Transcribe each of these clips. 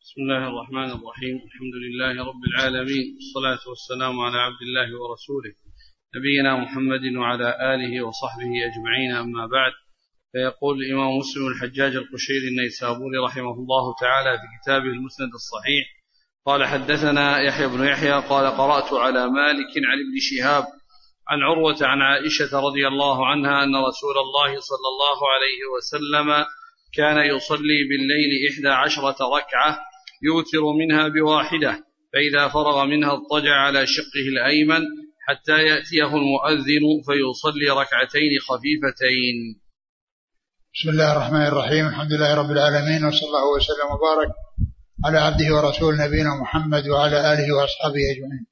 بسم الله الرحمن الرحيم. الحمد لله رب العالمين، والصلاة والسلام على عبد الله ورسوله نبينا محمد وعلى آله وصحبه أجمعين، أما بعد. فيقول الإمام مسلم الحجاج القشيري النيسابوري رحمه الله تعالى في كتابه المسند الصحيح: قال حدثنا يحيى بن يحيى قال قرأت على مالك عن ابن شهاب عن عروة عن عائشة رضي الله عنها أن رسول الله صلى الله عليه وسلم كان يصلي بالليل 11 ركعة يوتر منها بواحدة، فإذا فرغ منها اضطجع على شقه الأيمن حتى يأتيه المؤذن فيصلي ركعتين خفيفتين. بسم الله الرحمن الرحيم. الحمد لله رب العالمين، وصلى الله وسلم وبارك على عبده ورسول نبينا محمد وعلى آله وأصحابه أجمعين.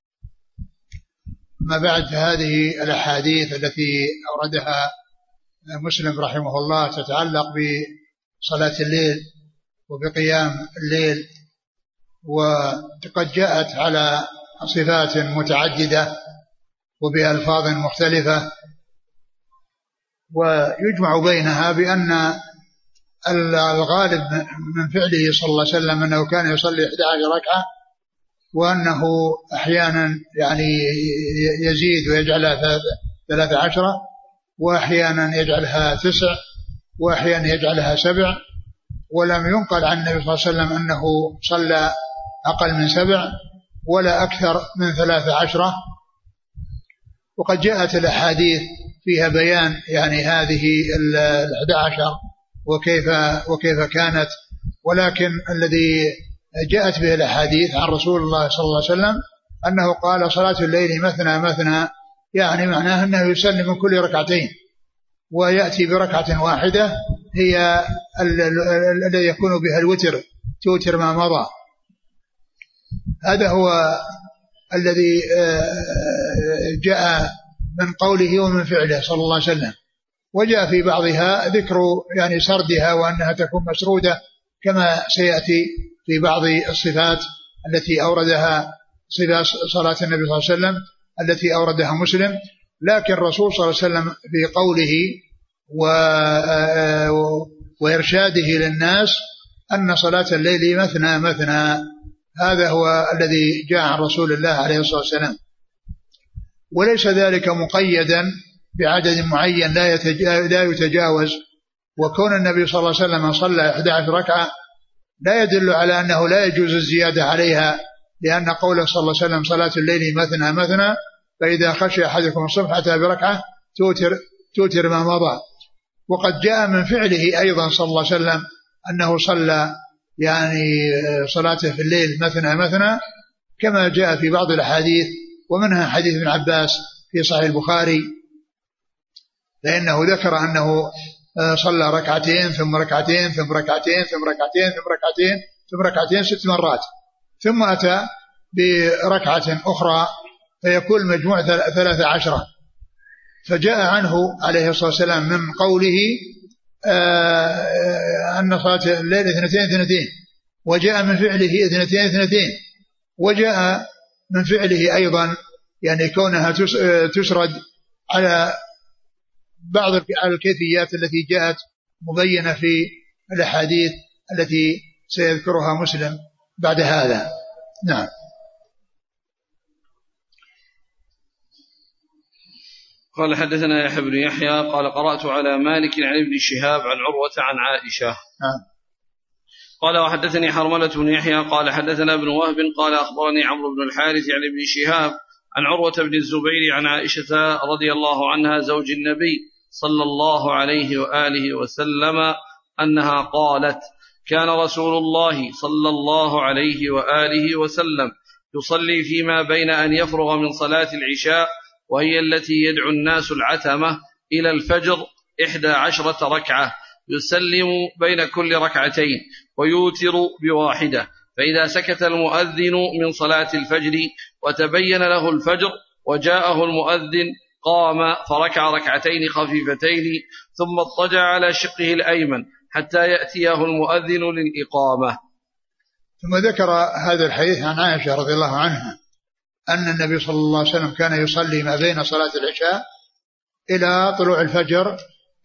ما بعد، هذه الأحاديث التي أوردها مسلم رحمه الله تتعلق بصلاة الليل وبقيام الليل، وقد جاءت على صفات متعددة وبألفاظ مختلفة، ويجمع بينها بأن الغالب من فعله صلى الله عليه وسلم أنه كان يصلي 11 ركعة، وأنه أحيانا يزيد ويجعلها 13، وأحيانا يجعلها 9، وأحيانا يجعلها 7، ولم ينقل عن النبي صلى الله عليه وسلم أنه صلى أقل من 7 ولا أكثر من 13. وقد جاءت الأحاديث فيها بيان هذه 11 وكيف كانت، ولكن الذي جاءت به الأحاديث عن رسول الله صلى الله عليه وسلم أنه قال: صلاة الليل مثنى مثنى، يعني معناه أنه يسلم من كل ركعتين ويأتي بركعة واحدة هي الذي يكون بها الوتر، توتر ما مضى. هذا هو الذي جاء من قوله ومن فعله صلى الله عليه وسلم. وجاء في بعضها ذكر سردها وأنها تكون مسرودة كما سيأتي في بعض الصفات التي أوردها، صفات صلاة النبي صلى الله عليه وسلم التي أوردها مسلم. لكن الرسول صلى الله عليه وسلم في قوله وإرشاده للناس أن صلاة الليل مثنى مثنى، هذا هو الذي جاء عن رسول الله عليه الصلاة والسلام، وليس ذلك مقيدا بعدد معين لا يتجاوز. وكون النبي صلى الله عليه وسلم صلى 11 ركعة لا يدل على أنه لا يجوز الزيادة عليها، لأن قوله صلى الله عليه وسلم: صلاة الليل مثنى مثنى، فإذا خشي أحدكم الصبح أتى بركعة توتر ما مضى. وقد جاء من فعله أيضا صلى الله عليه وسلم أنه صلى صلاته في الليل مثنى مثنى، كما جاء في بعض الأحاديث، ومنها حديث ابن عباس في صحيح البخاري، فإنه ذكر أنه صلى ركعتين ثم ركعتين ثم ركعتين ثم ركعتين ثم ركعتين ثم ركعتين 6 مرات، ثم أتى بركعة أخرى فيكون المجموع 13. فجاء عنه عليه الصلاة والسلام من قوله أن صلاة الليل 2 وجاء من فعله 2 وجاء من فعله أيضا كونها تسرد على بعض الكيفيات التي جاءت مبينة في الأحاديث التي سيذكرها مسلم بعد هذا. نعم. قال حدثنا يحيى بن يحيى قال قرأت على مالك عن ابن شهاب عن عروة عن عائشة. قال وحدثني حرملة بن يحيى قال حدثنا ابن وهب قال أخبرني عمرو بن الحارث عن ابن شهاب عن عروة بن الزبير عن عائشة رضي الله عنها زوج النبي صلى الله عليه وآله وسلم أنها قالت: كان رسول الله صلى الله عليه وآله وسلم يصلي فيما بين أن يفرغ من صلاة العشاء، وهي التي يدعو الناس العتمة، إلى الفجر 11 ركعة، يسلم بين كل ركعتين ويوتر بواحدة، فإذا سكت المؤذن من صلاة الفجر وتبين له الفجر وجاءه المؤذن قام فركع ركعتين خفيفتين ثم اضطجع على شقه الأيمن حتى يأتيه المؤذن للإقامة. ثم ذكر هذا الحديث عن عائشة رضي الله عنها أن النبي صلى الله عليه وسلم كان يصلي ما بين صلاة العشاء إلى طلوع الفجر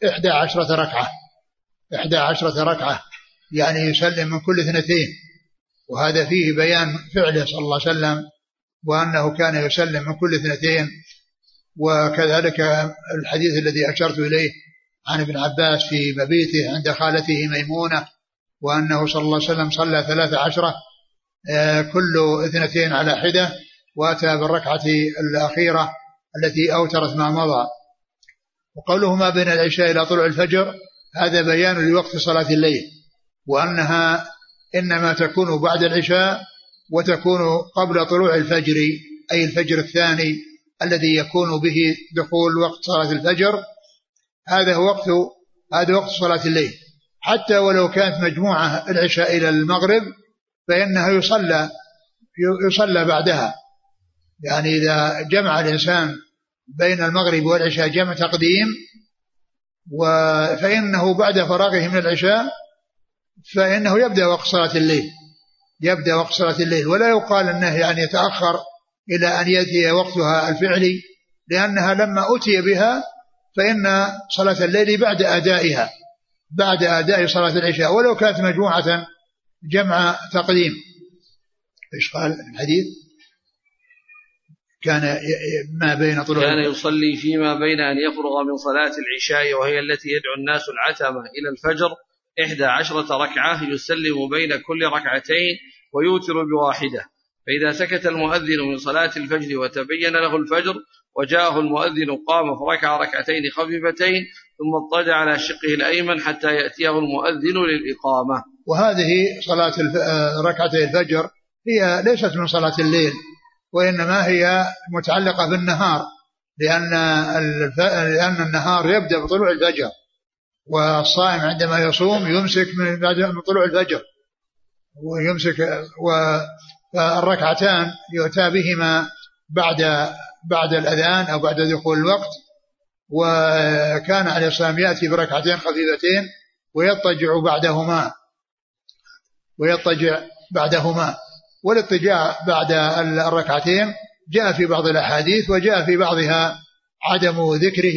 11 ركعة، 11 ركعة، يسلم من كل 2، وهذا فيه بيان فعله صلى الله عليه وسلم، وأنه كان يسلم من كل 2. وكذلك الحديث الذي أشرت إليه عن ابن عباس في مبيته عند خالته ميمونة، وأنه صلى الله عليه وسلم صلى 13 كل 2 على حدة، وأتى بالركعة الأخيرة التي أوترت ما مضى. وقوله ما بين العشاء إلى طلوع الفجر هذا بيان لوقت صلاة الليل، وأنها إنما تكون بعد العشاء وتكون قبل طلوع الفجر، أي الفجر الثاني الذي يكون به دخول وقت صلاة الفجر. هذا وقت صلاة الليل، حتى ولو كانت مجموعة العشاء إلى المغرب فإنها يصلى بعدها. يعني إذا جمع الإنسان بين المغرب والعشاء جمع تقديم، فإنه بعد فراغه من العشاء فإنه يبدأ وقت صلاة الليل، ولا يقال أنه يعني يتأخر إلى أن يأتي وقتها الفعلي، لأنها لما أتي بها فإن صلاة الليل بعد أداء صلاة العشاء، ولو كانت مجموعة جمع تقديم. إيش قال الحديث؟ كان يصلي فيما بين أن يفرغ من صلاة العشاء وهي التي يدعو الناس العتمة إلى الفجر 11 ركعة، يسلم بين كل ركعتين ويوتر بواحدة. فإذا سكت المؤذن من صلاة الفجر وتبين له الفجر وجاءه المؤذن قام فركع ركعتين خفيفتين ثم اضطجع على شقه الأيمن حتى يأتيه المؤذن للإقامة. وهذه صلاة ركعتي الفجر هي ليست من صلاة الليل، وإنما هي متعلقة بالنهار، لأن النهار يبدأ بطلوع الفجر، والصائم عندما يصوم يمسك من طلوع الفجر ويمسك، والركعتان يؤتى بهما بعد الأذان أو بعد دخول الوقت. وكان عليه الصلاة والسلام يأتي بركعتين خفيفتين ويضطجع بعدهما. والاضطجاع بعد الركعتين جاء في بعض الأحاديث، وجاء في بعضها عدم ذكره،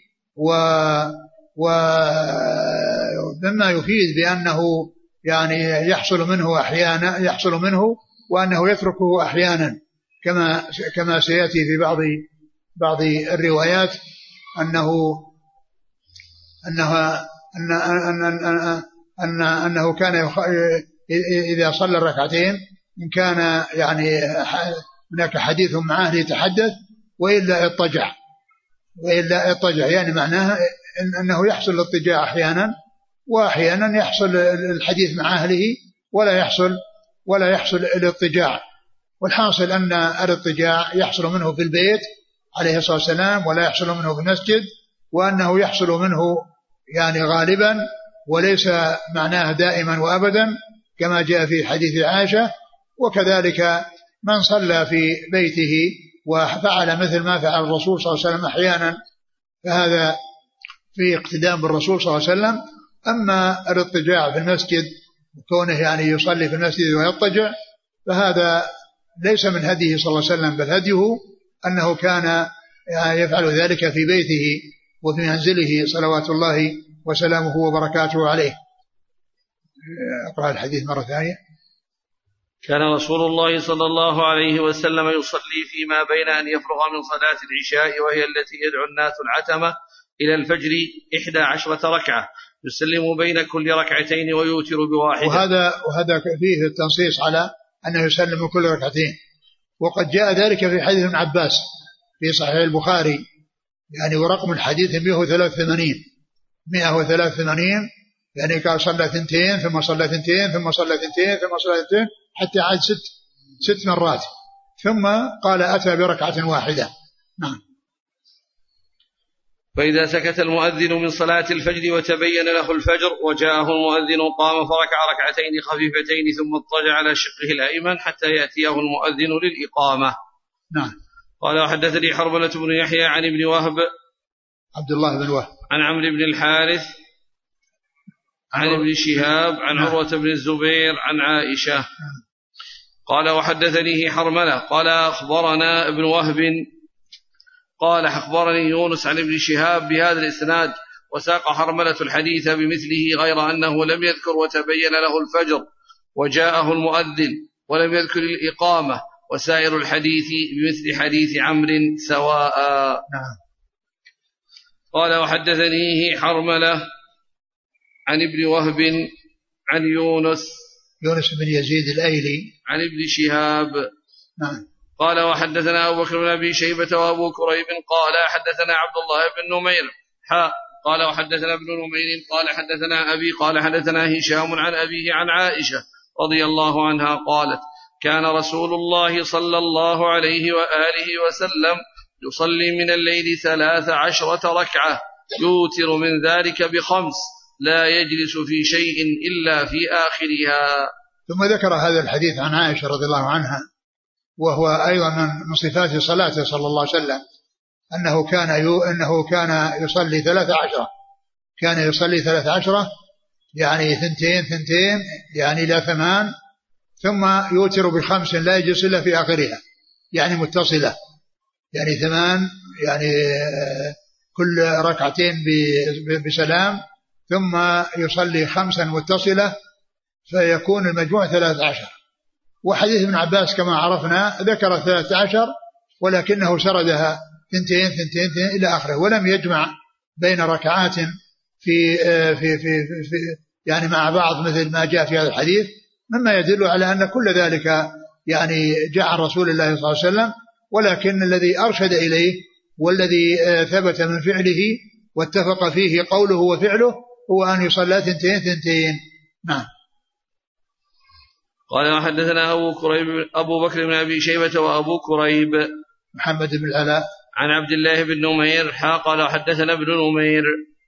ومما يفيد بأنه يعني يحصل منه وأنه يتركه أحيانا، كما سيأتي في بعض الروايات أنه كان إذا صلى الركعتين إن كان يعني هناك حديث معه ليتحدث وإلا اضطجع، يعني معناها أنه يحصل الاضطجاع أحيانا، وأحيانا يحصل الحديث مع أهله ولا يحصل الاضطجاع. والحاصل أن الاضطجاع يحصل منه في البيت عليه الصلاة والسلام، ولا يحصل منه في المسجد، وأنه يحصل منه يعني غالبا وليس معناه دائما وأبدا، كما جاء في حديث عائشة. وكذلك من صلى في بيته وفعل مثل ما فعل الرسول صلى الله عليه وسلم أحيانا فهذا في اقتدام بالرسول صلى الله عليه وسلم. أما الاضطجاع في المسجد كونه يعني يصلي في المسجد ويضطجع فهذا ليس من هديه صلى الله عليه وسلم، بل هديه أنه كان يفعل ذلك في بيته وفي منزله صلوات الله وسلامه وبركاته عليه. أقرأ الحديث مرة ثانية. كان رسول الله صلى الله عليه وسلم يصلي فيما بين أن يفرغ من صلاة العشاء وهي التي يدعو الناس العتمة إلى الفجر 11 ركعة، يسلم بين كل ركعتين ويوتر بواحدة. وهذا فيه التنصيص على أنه يسلم كل ركعتين، وقد جاء ذلك في حديث ابن عباس في صحيح البخاري، يعني ورقم الحديث 183 يعني قال صلى 2 ثم صلى 2 ثم صلى 2 ثم صلى 2 حتى عاد 6 مرات، ثم قال أتى بركعة واحدة. نعم. فإذا سكت المؤذن من صلاة الفجر وتبين له الفجر وجاءه المؤذن قام فركع ركعتين خفيفتين ثم اضطجع على شقه الأيمن حتى يأتيه المؤذن للإقامة. نعم. قال وحدثني حرملة بن يحيى عن ابن وهب عبد الله بن وهب عن عمرو بن الحارث عن ابن شهاب عن عروة بن الزبير عن عائشة قال وحدثنيه حرملة قال أخبرنا ابن وهب قال أخبرني يونس عن ابن شهاب بهذا الإسناد، وساق حرملة الحديث بمثله غير أنه لم يذكر وتبين له الفجر، وجاءه المؤذن ولم يذكر الإقامة، وسائر الحديث بمثل حديث عمرو سواء. نعم. قال وحدثنيه حرملة عن ابن وهب عن يونس بن يزيد الأيلي عن ابن شهاب. نعم. قال وحدثنا أبو بكر بن أبي شيبة وأبو كريب قال حدثنا عبد الله بن نمير قال وحدثنا ابن نمير قال حدثنا أبي قال حدثنا هشام عن أبيه عن عائشة رضي الله عنها قالت كان رسول الله صلى الله عليه وآله وسلم يصلي من الليل 13 ركعة يوتر من ذلك ب5 لا يجلس في شيء إلا في آخرها. ثم ذكر هذا الحديث عن عائشة رضي الله عنها، وهو أيضا من صفات صلاته صلى الله عليه وسلم أنه كان يصلي 13، كان يصلي 13 يعني 2 يعني إلى 8، ثم يوتر ب5 لا يجلس إلا في آخرها يعني متصلة، يعني 8 يعني كل ركعتين بسلام، ثم يصلي 5 متصلة فيكون المجموع 13. وحديث ابن عباس كما عرفنا ذكر 13 ولكنه سردها 2 إلى آخره، ولم يجمع بين ركعات في في في في يعني مع بعض مثل ما جاء في هذا الحديث، مما يدل على أن كل ذلك يعني جاء عن رسول الله صلى الله عليه وسلم، ولكن الذي أرشد إليه والذي ثبت من فعله واتفق فيه قوله وفعله هو أن يصلى 2. نعم. قال وحدثنا أبو بكر بن أبي شيبة وأبو كريب محمد بن العلاء عن عبد الله بن نمير قال وحدثنا ابن نمير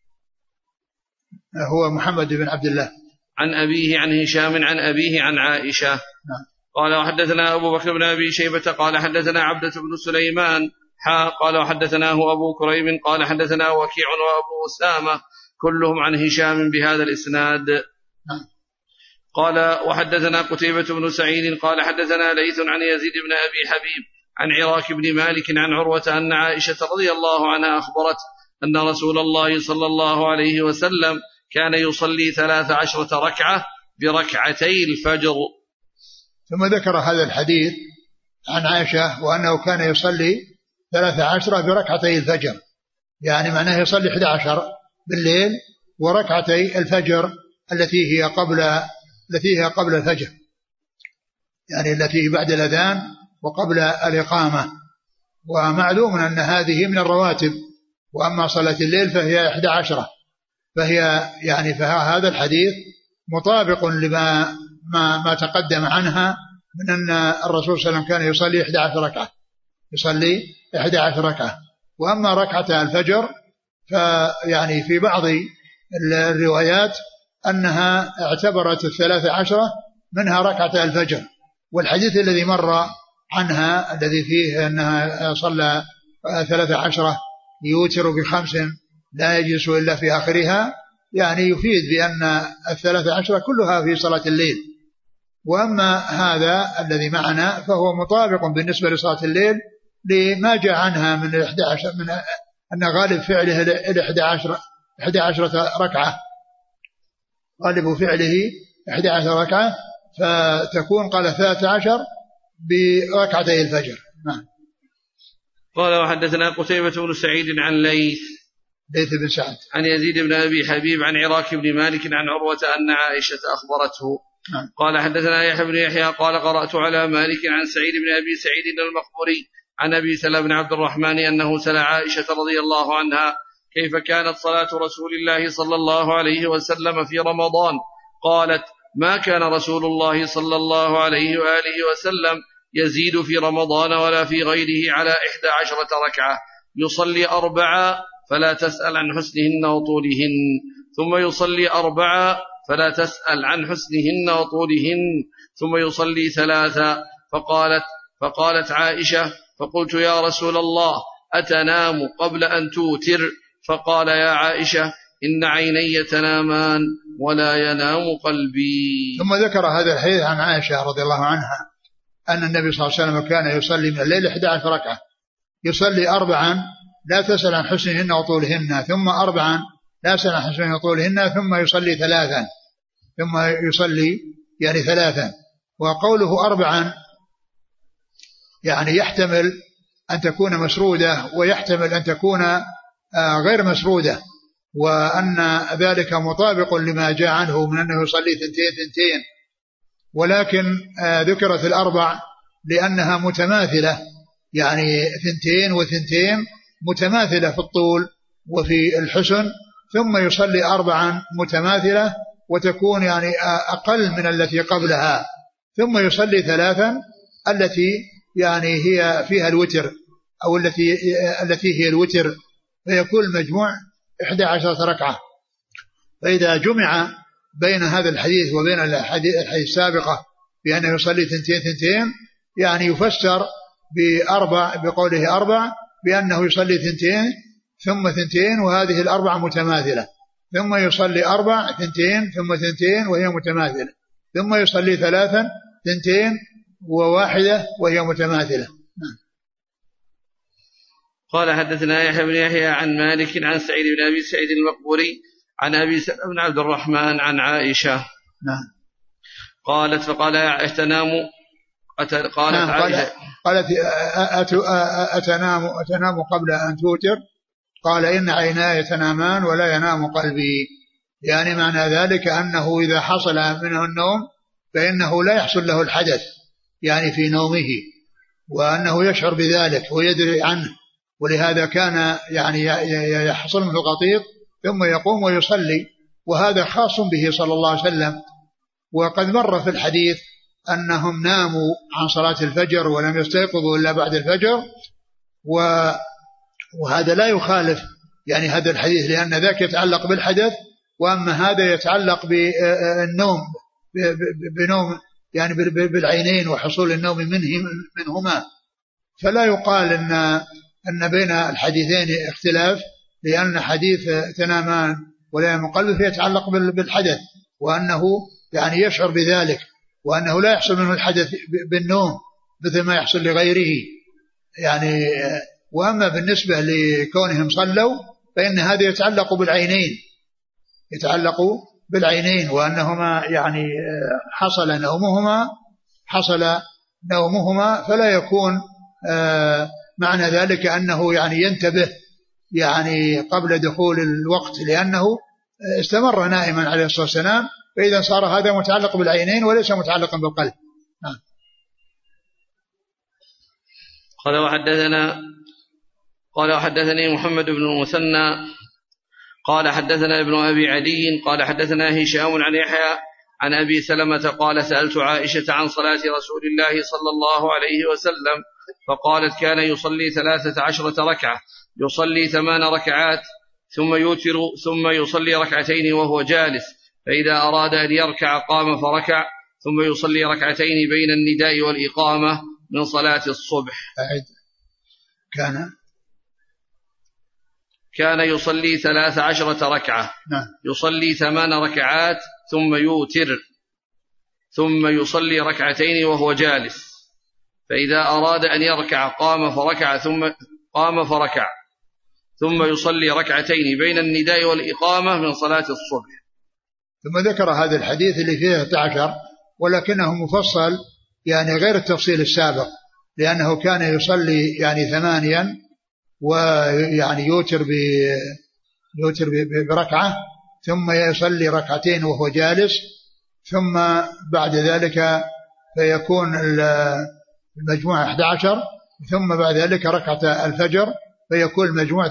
هو محمد بن عبد الله عن أبيه عن هشام عن أبيه عن عائشة. نعم. قال وحدثنا أبو بكر بن أبي شيبة قال حدثنا عبدة بن سليمان قال وحدثناه أبو كريب قال حدثنا وكيع وأبو أسامة كلهم عن هشام بهذا الإسناد. نعم. قال وحدثنا قتيبة بن سعيد قال حدثنا ليث عن يزيد بن أبي حبيب عن عراك بن مالك عن عروة أن عائشة رضي الله عنها أخبرت أن رسول الله صلى الله عليه وسلم كان يصلي 13 ركعة بركعتي الفجر. ثم ذكر هذا الحديث عن عائشة وأنه كان يصلي 13 بركعتي الفجر، يعني معناه يصلي 11 بالليل وركعتي الفجر التي هي قبل الفجر، يعني التي بعد الأذان وقبل الإقامة. ومعلوم أن هذه من الرواتب، وأما صلاة الليل فهي 11، فهذا الحديث مطابق لما ما تقدم عنها من أن الرسول صلى الله عليه وسلم كان يصلي 11 ركعة، يصلي 11 ركعة. وأما ركعة الفجر فيعني في بعض الروايات أنها اعتبرت 13 منها ركعة الفجر، والحديث الذي مر عنها الذي فيه أنها صلى 13 يوتر ب5 لا يجلس إلا في آخرها، يعني يفيد بأن 13 كلها في صلاة الليل. وأما هذا الذي معنا فهو مطابق بالنسبة لصلاة الليل لما جاء عنها من 11 من أن غالب فعله 11 ركعة، غالب فعله 11 ركعة، فتكون قال 13 بركعتي الفجر. نعم. قال وحدثنا قتيبة بن سعيد عن ليث بن سعد عن يزيد بن أبي حبيب عن عراك بن مالك عن عروة أن عائشة أخبرته. نعم. قال حدثنا يحيى بن يحيى قال قرأت على مالك عن سعيد بن أبي سعيد المقبري عن أبي سلمة بن عبد الرحمن أنه سأل عائشة رضي الله عنها كيف كانت صلاة رسول الله صلى الله عليه وسلم في رمضان؟ قالت ما كان رسول الله صلى الله عليه وآله وسلم يزيد في رمضان ولا في غيره على 11 ركعة، يصلي 4 فلا تسأل عن حسنهن وطولهن، ثم يصلي 4 فلا تسأل عن حسنهن وطولهن، ثم يصلي 3. فقالت عائشة فقلت يا رسول الله أتنام قبل أن توتر؟ فقال يا عائشة إن عيني تنامان ولا ينام قلبي. ثم ذكر هذا الحديث عن عائشة رضي الله عنها أن النبي صلى الله عليه وسلم كان يصلي من الليل 11 ركعة، يصلي 4 لا تسأل عن حسنهن وطولهن، ثم 4 لا تسأل عن حسنهن وطولهن، ثم يصلي 3، ثم يصلي يعني 3. وقوله 4 يعني يحتمل أن تكون مسرودة ويحتمل أن تكون غير مسرودة، وأن ذلك مطابق لما جاء عنه من أنه يصلي 2 ولكن ذكرت 4 لأنها متماثلة، يعني 2 و2 متماثلة في الطول وفي الحسن، ثم يصلي 4 متماثلة وتكون يعني أقل من التي قبلها، ثم يصلي 3 التي يعني هي فيها الوتر أو التي هي الوتر، فيكون المجموع 11 ركعة. فإذا جمع بين هذا الحديث وبين الحديث السابقة بأنه يصلي 2 يعني يفسر بقوله 4 بأنه يصلي 2 ثم 2 وهذه 4 متماثلة، ثم يصلي 4 2 ثم 2 وهي متماثلة، ثم يصلي 3 2 و1 وهي متماثلة. قال حدثنا يحيى بن يحيى عن مالك عن سعيد بن أبي سعيد المقبوري عن أبي سلمة بن عبد الرحمن عن عائشة. نعم. قالت فقال أتنام قالت عائشة قالت أتنام قبل أن توتر؟ قال إن عيناي تنامان ولا ينام قلبي، يعني معنى ذلك أنه إذا حصل منه النوم فإنه لا يحصل له الحدث يعني في نومه، وأنه يشعر بذلك ويدري عنه، ولهذا كان يعني يحصل منه غطيط ثم يقوم ويصلي، وهذا خاص به صلى الله عليه وسلم. وقد مر في الحديث أنهم ناموا عن صلاة الفجر ولم يستيقظوا إلا بعد الفجر، وهذا لا يخالف يعني هذا الحديث، لأن ذاك يتعلق بالحدث، وأما هذا يتعلق بالنوم بنوم يعني بالعينين وحصول النوم منهما. فلا يقال أن بين الحديثين اختلاف، لأن حديث تنامان ولا ينام قلبه يتعلق بالحدث، وأنه يعني يشعر بذلك، وأنه لا يحصل منه الحدث بالنوم مثل ما يحصل لغيره يعني. وأما بالنسبة لكونهم صلوا فإن هذا يتعلق بالعينين وأنهما يعني حصل نومهما فلا يكون معنى ذلك أنه يعني ينتبه يعني قبل دخول الوقت، لأنه استمر نائما عليه الصلاة والسلام، فإذا صار هذا متعلق بالعينين وليس متعلقا بالقلب. قال وحدثني محمد بن المثنى قال حدثنا ابن أبي عدي قال حدثنا هشام عن يحيى عن أبي سلمة قال سألت عائشة عن صلاة رسول الله صلى الله عليه وسلم فقالت كان يصلي 13 ركعة، يصلي 8 ركعات ثم يوتر ثم يصلي 2 وهو جالس، فإذا أراد أن يركع قام فركع، ثم يصلي 2 بين النداء والإقامة من صلاة الصبح. كان يصلي 13 ركعة، يصلي 8 ركعات ثم يوتر ثم يصلي 2 وهو جالس، فإذا أراد أن يركع قام فركع ثم يصلي 2 بين النداء والإقامة من صلاة الصبح. ثم ذكر هذا الحديث اللي فيه 11 ولكنه مفصل يعني غير التفصيل السابق، لأنه كان يصلي يعني 8 ويعني يوتر بركعة، ثم يصلي 2 وهو جالس، ثم بعد ذلك فيكون المجموع 11، ثم بعد ذلك ركعة الفجر فيكون المجموع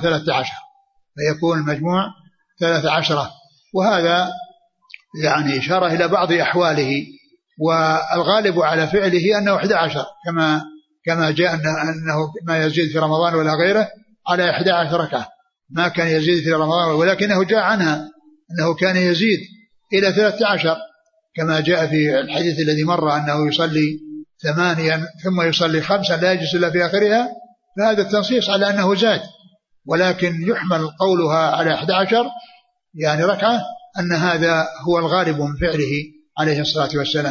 13. وهذا يعني إشارة إلى بعض أحواله، والغالب على فعله أنه 11 كما جاء أنه ما يزيد في رمضان ولا غيره على 11 ركعة، ما كان يزيد في رمضان، ولكنه جاء عنها أنه كان يزيد إلى 13 كما جاء في الحديث الذي مر أنه يصلي 8 ثم يصلي 5 لا يجلس إلا في آخرها، فهذا التنصيص على أنه زاد، ولكن يحمل قولها على 11 يعني ركعة أن هذا هو الغالب من فعله عليه الصلاة والسلام.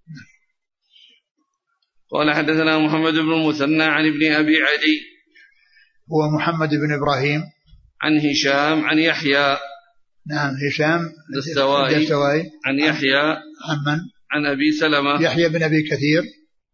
قال حدثنا محمد بن المثنى عن ابن أبي عدي هو محمد بن إبراهيم عن هشام عن يحيى نعم هشام الدستوائي عن يحيى عن أبي سلمة يحيى بن أبي كثير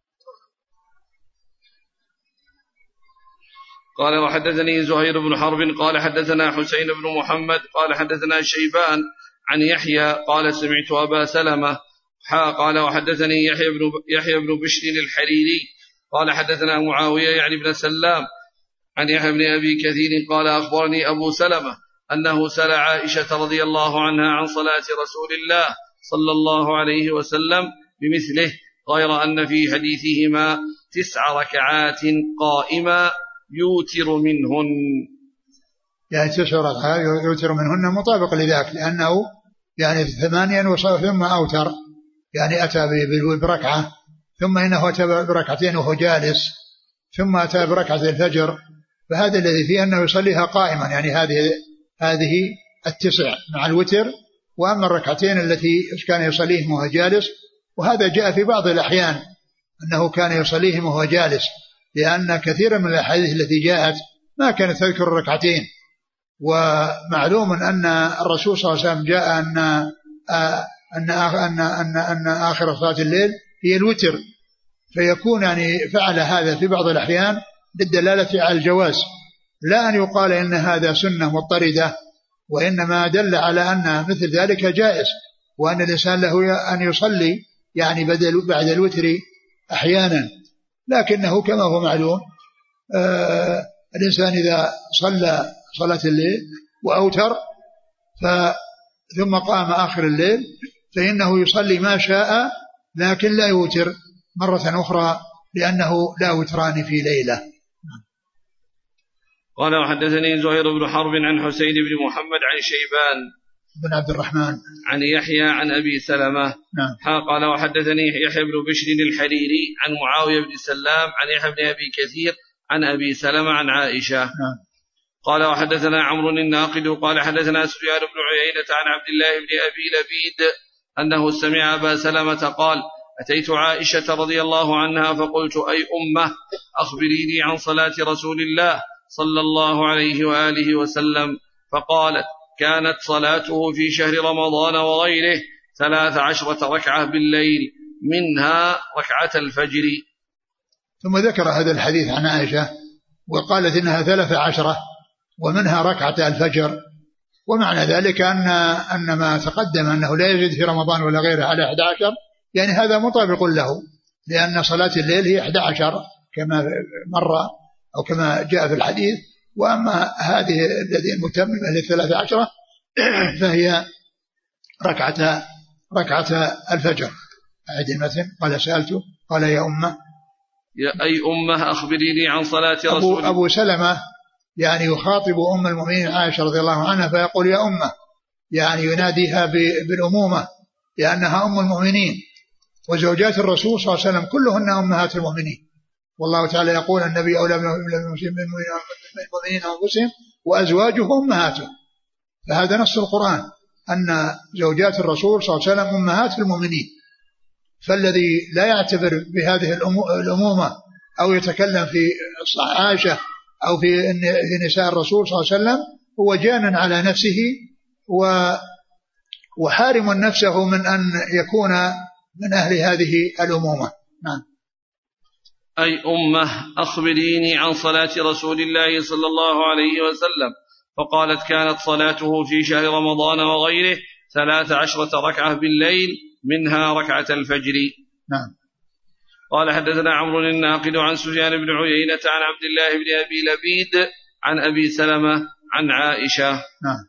قال وحدثني زهير بن حرب قال حدثنا حسين بن محمد قال حدثنا شيبان عن يحيى قال سمعت أبا سلمة قال وحدثني يحيى بن بشر الحريري قال حدثنا معاوية يعني بن سلام عن يحيى بن أبي كثير قال أخبرني أبو سلمة أنه سأل عائشة رضي الله عنها عن صلاة رسول الله صلى الله عليه وسلم بمثله غير أن في حديثهما 9 ركعات قائمة يوتر منهن، يعني 9 ركعات يوتر منهن مطابق لذاك، لأنه يعني 8 ثم أوتر، يعني أتى بركعة ثم إنه أتى بركعتين وهو جالس ثم أتى بركعة الفجر، فهذا الذي فيه أنه يصليها قائما، يعني هذه 9 مع الوتر، وأما الركعتين التي كان يصليهم وهو جالس، وهذا جاء في بعض الأحيان أنه كان يصليهم وهو جالس، لأن كثيرا من الأحاديث التي جاءت ما كانت تذكر الركعتين، ومعلوم أن الرسول صلى الله عليه وسلم جاء أن آخر صلاة الليل هي الوتر، فيكون يعني فعل هذا في بعض الأحيان للدلالة على الجواز، لا أن يقال إن هذا سنة مضطردة، وإنما دل على أن مثل ذلك جائز، وأن الإنسان له أن يصلي يعني بعد الوتر أحيانا، لكنه كما هو معلوم الإنسان إذا صلى صلاة الليل وأوتر ثم قام آخر الليل فإنه يصلي ما شاء، لكن لا يوتر مرة أخرى، لأنه لا وتران في ليلة. قال وحدثني زهير بن حرب عن حسين بن محمد عن شيبان بن عبد الرحمن عن يحيى عن أبي سلمة. قال وحدثني يحيى بن بشر الحريري عن معاوية بن سلام عن يحيى بن أبي كثير عن أبي سلمة عن عائشة. قال وحدثنا عمرو الناقد قال حدثنا سفيان بن عيينة عن عبد الله بن أبي لبيد أنه سمع أبا سلمة قال أتيت عائشة رضي الله عنها فقلت أي أمة أخبريني عن صلاة رسول الله صلى الله عليه وآله وسلم، فقالت كانت صلاته في شهر رمضان وغيره 13 ركعة بالليل منها ركعة الفجر. ثم ذكر هذا الحديث عن عائشة وقالت إنها 13 ومنها ركعة الفجر، ومعنى ذلك أن ما تقدم أنه لا يزيد في رمضان ولا غيره على 11، يعني هذا مطابق له، لأن صلاة الليل هي 11 كما مر أو كما جاء في الحديث، وأما هذه الذي المتممة ل13 فهي ركعة الفجر. أعد المتن. قال سألته قال يا أمة يا أي أمة أخبريني عن صلاة رسول الله. أبو سلمة يعني يخاطب أم المؤمنين عائشة رضي الله عنها فيقول يا أمة، يعني يناديها بالأمومة لأنها أم المؤمنين، وزوجات الرسول صلى الله عليه وسلم كلهن أمهات المؤمنين، والله تعالى يقول النبي أولى بالمؤمنين أنفسهم وأزواجه أمهاتهم، فهذا نص القرآن أن زوجات الرسول صلى الله عليه وسلم أمهات المؤمنين، فالذي لا يعتبر بهذه الأمومة أو يتكلم في عائشة أو في نساء الرسول صلى الله عليه وسلم هو جان على نفسه وحارم نفسه من أن يكون من أهل هذه الأمومة. نعم. أي أمة أخبريني عن صلاة رسول الله صلى الله عليه وسلم، فقالت كانت صلاته في شهر رمضان وغيره 13 ركعة بالليل منها ركعة الفجر. نعم. قال حدثنا عمرو الناقد عن سفيان بن عيينة عن عبد الله بن أبي لبيد عن أبي سلمة عن عائشة. نعم.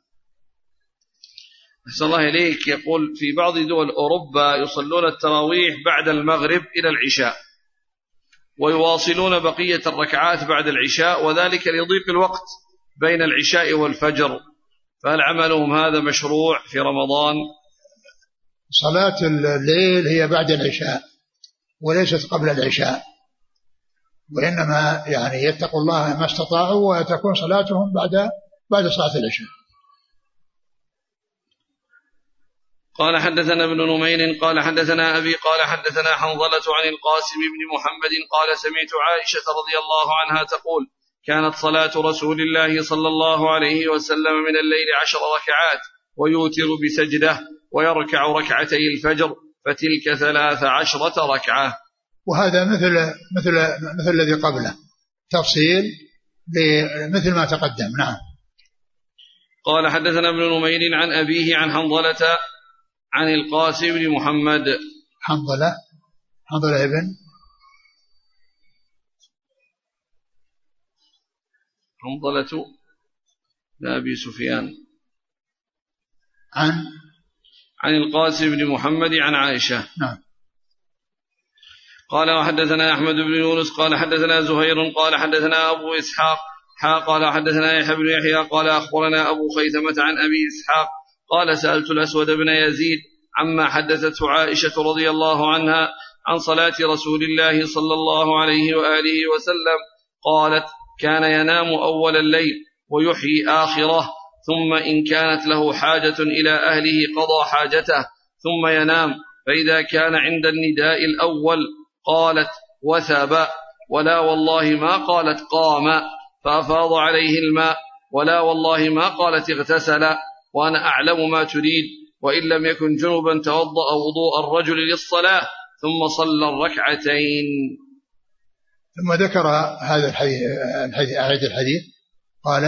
أحسن الله إليك. يقول في بعض دول أوروبا يصلون التراويح بعد المغرب إلى العشاء ويواصلون بقية الركعات بعد العشاء، وذلك لضيق الوقت بين العشاء والفجر، فهل عملهم هذا مشروع في رمضان؟ صلاة الليل هي بعد العشاء وليست قبل العشاء، وإنما يعني يتقوا الله ما استطاعوا وتكون صلاتهم بعد صلاة العشاء. قال حدثنا ابن نمير قال حدثنا أبي قال حدثنا حنظلة عن القاسم بن محمد قال سمعت عائشة رضي الله عنها تقول كانت صلاة رسول الله صلى الله عليه وسلم من الليل 10 ركعات ويوتر بسجدة ويركع ركعتي الفجر، فتلك 13 ركعة. وهذا مثل الذي قبله، تفصيل مثل ما تقدم. نعم. قال حدثنا ابن نمير عن أبيه عن حنظلة عن القاسم بن محمد. حنظلة ابن حنظلة أبي سفيان عن القاسم بن محمد عن عائشة. نعم. قال وحدثنا أحمد بن يونس قال حدثنا زهير قال حدثنا أبو إسحاق قال حدثنا يحيى بن يحيى قال أخبرنا أبو خيثمة عن أبي إسحاق قال سألت الأسود بن يزيد عما حدثته عائشة رضي الله عنها عن صلاة رسول الله صلى الله عليه وآله وسلم قالت كان ينام أول الليل ويحيي آخره ثم إن كانت له حاجة إلى أهله قضى حاجته ثم ينام فإذا كان عند النداء الأول قالت وثب ولا والله ما قالت قام فأفاض عليه الماء ولا والله ما قالت اغتسل وأنا أعلم ما تريد وإن لم يكن جنبا توضأ وضوء الرجل للصلاة ثم صلى الركعتين. ثم ذكر هذا الحديث قال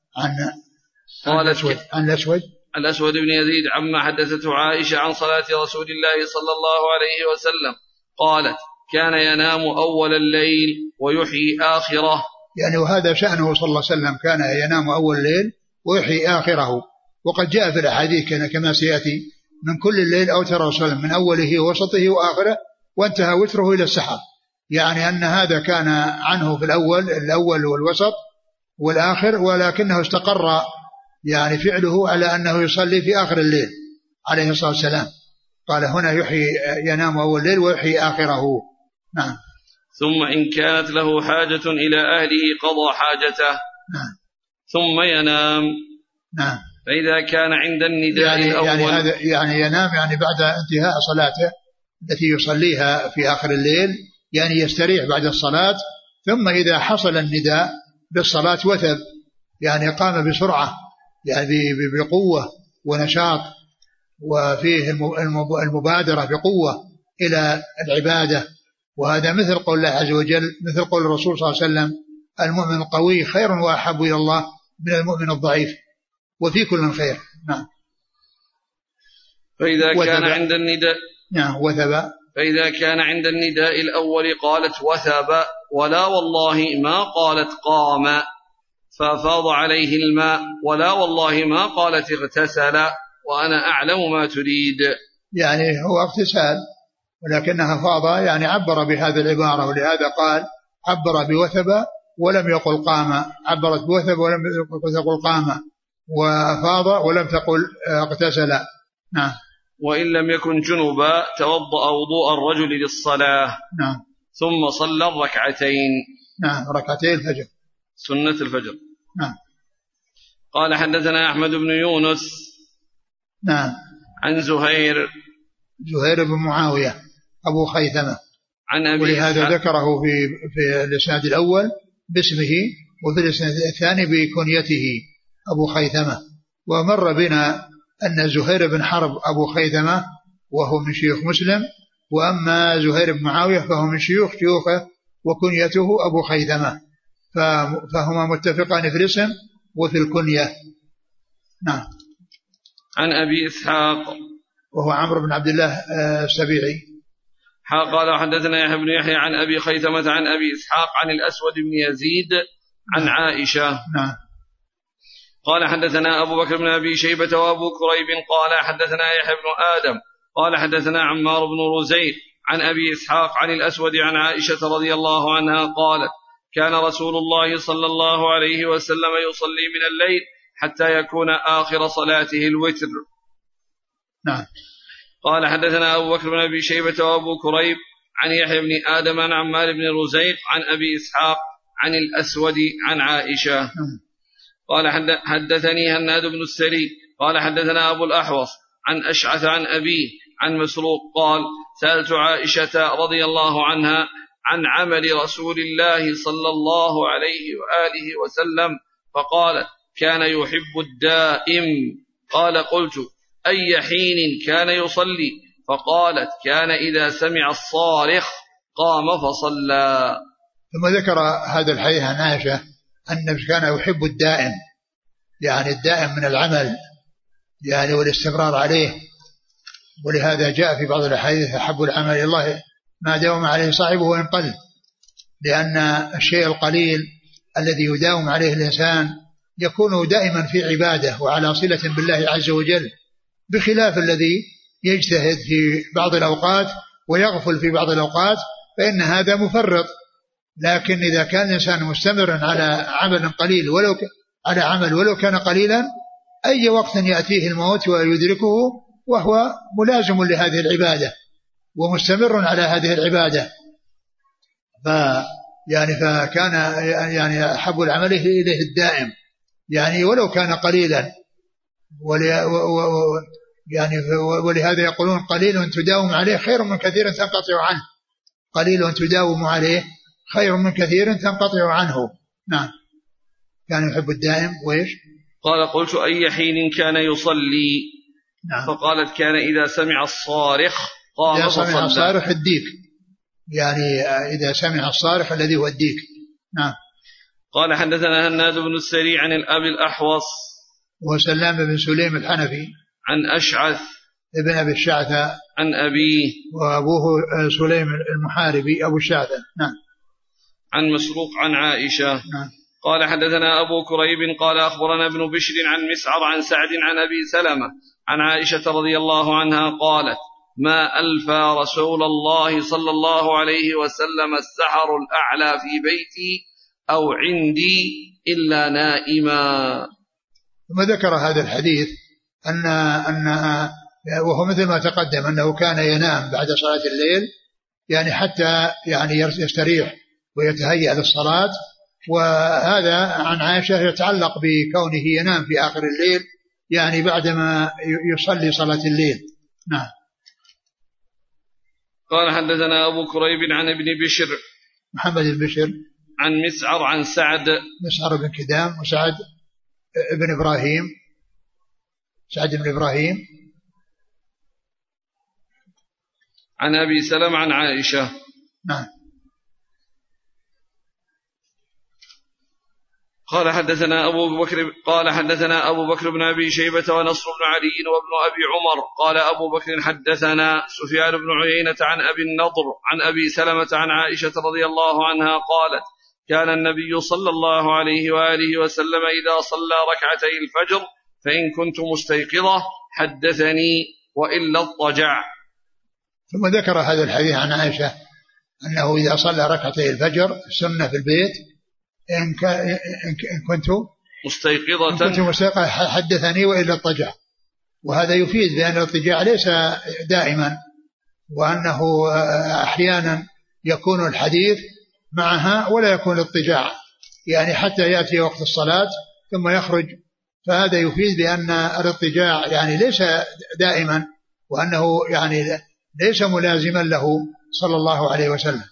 عن الأسود بن يزيد عما حدثته عائشة عن صلاة رسول الله صلى الله عليه وسلم قالت كان ينام أول الليل ويحيي آخره. يعني وهذا شأنه صلى الله عليه وسلم، كان ينام أول الليل ويحيي آخره. وقد جاء في الأحاديث كما سيأتي من كل الليل أوتر صلى الله عليه وسلم من أوله ووسطه وآخره وانتهى وتره إلى السحر، يعني أن هذا كان عنه في الأول والوسط والآخر، ولكنه استقر يعني فعله على أنه يصلي في آخر الليل عليه الصلاة والسلام. قال هنا ينام أول الليل ويحيي آخره. نعم. ثم إن كانت له حاجة إلى أهله قضى حاجته. نعم. ثم ينام. نعم. فإذا كان عند النداء الأول يعني ينام يعني بعد انتهاء صلاته التي يصليها في آخر الليل، يعني يستريح بعد الصلاة، ثم إذا حصل النداء بالصلاة وثب، يعني قام بسرعة يعني بقوة ونشاط، وفيه المبادرة بقوة إلى العبادة. وهذا مثل قول الله عز وجل، مثل قول الرسول صلى الله عليه وسلم المؤمن القوي خير وأحب إلى الله من المؤمن الضعيف وفي كل خير. نعم. فإذا كان عند النداء وثب. فإذا كان عند النداء الأول قالت وثب ولا والله ما قالت قام فأفاض عليه الماء ولا والله ما قالت اغتسل وأنا أعلم ما تريد. يعني هو اغتسال ولكنها فاض، يعني عبر بهذه العبارة، ولهذا قال عبر بوثب ولم يقل قام، عبرت بوثب ولم تقل قام، وفاض ولم تقل اغتسل. نعم. وإن لم يكن جنبا توضأ وضوء الرجل للصلاة. نعم. ثم صلى الركعتين. نعم، ركعتين الفجر، سنة الفجر. نعم. قال حدثنا أحمد بن يونس. نعم. عن زهير بن معاوية أبو خيثمة عن أبي ولهذا ذكره في الإسناد الأول باسمه، وفي الإسناد الثاني بكنيته أبو خيثمة. ومر بنا أن زهير بن حرب أبو خيثمة وهو من شيوخ مسلم، وأما زهير بن معاوية فهو من شيوخه وكنيته أبو خيثمة، فهما متفقان في الاسم وفي الكنية. نعم. عن أبي إسحاق وهو عمرو بن عبد الله السبيعي. قال حدثنا يحيى بن يحيى عن أبي خيثمة عن أبي إسحاق عن الأسود بن يزيد عن عائشة. نعم. قال حدثنا أبو بكر بن أبي شيبة وأبو كريب قال حدثنا يحيى بن آدم قال حدثنا عمار بن رزيق عن أبي إسحاق عن الأسود عن عائشة رضي الله عنها قالت كان رسول الله صلى الله عليه وسلم يصلي من الليل حتى يكون آخر صلاته الوتر. نعم. قال حدثنا أبو بكر بن أبي شيبة وأبو كريب عن يحيى بن آدم عن عمار بن رزيق عن أبي إسحاق عن الأسود عن عائشة. قال حدثني هناد بن السري قال حدثنا أبو الأحوص عن أشعث عن أبيه عن مسروق قال سألت عائشة رضي الله عنها عن عمل رسول الله صلى الله عليه وآله وسلم فقالت كان يحب الدائم. قال قلت أي حين كان يصلي؟ فقالت كان إذا سمع الصارخ قام فصلى. ثم ذكر هذا الحديث عن عائشة أن كان يحب الدائم، يعني الدائم من العمل يعني والاستمرار عليه، ولهذا جاء في بعض الأحاديث أحب العمل إلى الله ما داوم عليه صاحبه وإن قل، لأن الشيء القليل الذي يداوم عليه الإنسان يكون دائما في عبادة وعلى صلة بالله عز وجل، بخلاف الذي يجتهد في بعض الأوقات ويغفل في بعض الأوقات فإن هذا مفرط. لكن إذا كان الإنسان مستمرا على عمل قليل ولو كان قليلا، أي وقت يأتيه الموت ويدركه وهو ملازم لهذه العبادة ومستمر على هذه العبادة، فكان يعني أحب العمل إليه الدائم، يعني ولو كان قليلا، يعني ولهذا يقولون قليل تداوم عليه خير من كثير تنقطع عنه، قليل تداوم عليه خير من كثير تنقطع عنه. نعم، كان يحب الدائم. وإيش قال قلت أي حين كان يصلي؟ نعم. فقالت كان إذا سمع الصارخ قام فصلى. إذا سمع الصارخ الديك، يعني إذا سمع الصارخ الذي هو الديك. نعم. قال حدثنا هناد بن السري عن الأبي الأحوص وسلام بن سليم الحنفي عن أشعث ابن أبي الشعثة عن أبيه وأبوه سليم المحاربي أبو الشعثة. نعم. عن مسروق عن عائشة. نعم. قال حدثنا أبو كريب قال أخبرنا ابن بشر عن مسعر عن سعد عن أبي سلمة عن عائشة رضي الله عنها قالت ما ألفى رسول الله صلى الله عليه وسلم السحر الأعلى في بيتي أو عندي إلا نائما. ثم ذكر هذا الحديث أن وهو مثل ما تقدم أنه كان ينام بعد صلاة الليل، يعني حتى يعني يستريح ويتهيأ للصلاة، وهذا عن عائشة يتعلق بكونه ينام في آخر الليل، يعني بعدما يصلي صلاة الليل. نعم. قال حدثنا أبو كريب عن ابن بشر محمد بن بشر عن مسعر عن سعد مسعر بن كدام وسعد بن إبراهيم سعد بن إبراهيم عن أبي سلمة عن عائشة. نعم. قال حدثنا أبو بكر بن أبي شيبة ونصر بن علي وابن أبي عمر قال أبو بكر حدثنا سفيان بن عيينة عن أبي النضر عن أبي سلمة عن عائشة رضي الله عنها قالت كان النبي صلى الله عليه وآله وسلم إذا صلى ركعتي الفجر فإن كنت مستيقظة حدثني وإلا اضطجع. ثم ذكر هذا الحديث عن عائشة أنه إذا صلى ركعتي الفجر السنة في البيت إن كنت مستيقظة حدثني وإلا اضطجع. وهذا يفيد بأن الاضطجاع ليس دائما، وأنه أحيانا يكون الحديث معها ولا يكون الاضطجاع، يعني حتى يأتي وقت الصلاة ثم يخرج، فهذا يفيد بأن الاضطجاع يعني ليس دائما، وأنه يعني ليس ملازما له صلى الله عليه وسلم.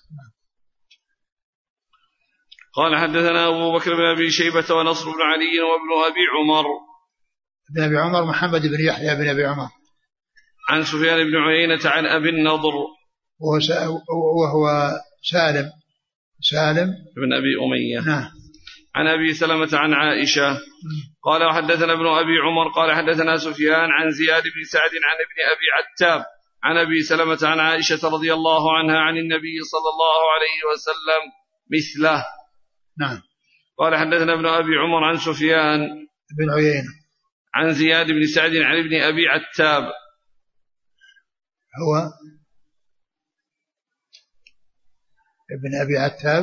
قال حدثنا أبو بكر بن أبي شيبة ونصر بن علي وابن أبي عمر ابن أبي عمر محمد بن يحيى بن أبي عمر عن سفيان بن عيينة عن أبي النضر وهو سالم بن أبي أمية. نعم. عن أبي سلمة عن عائشة قال وحدثنا ابن أبي عمر قال حدثنا سفيان عن زياد بن سعد عن ابن أبي عتاب عن أبي سلمة عن عائشة رضي الله عنها عن النبي صلى الله عليه وسلم مثله. نعم. قال حدثنا ابن أبي عمر عن سفيان بن عيينة عن زياد بن سعد عن ابن أبي عتاب هو ابن أبي عتاب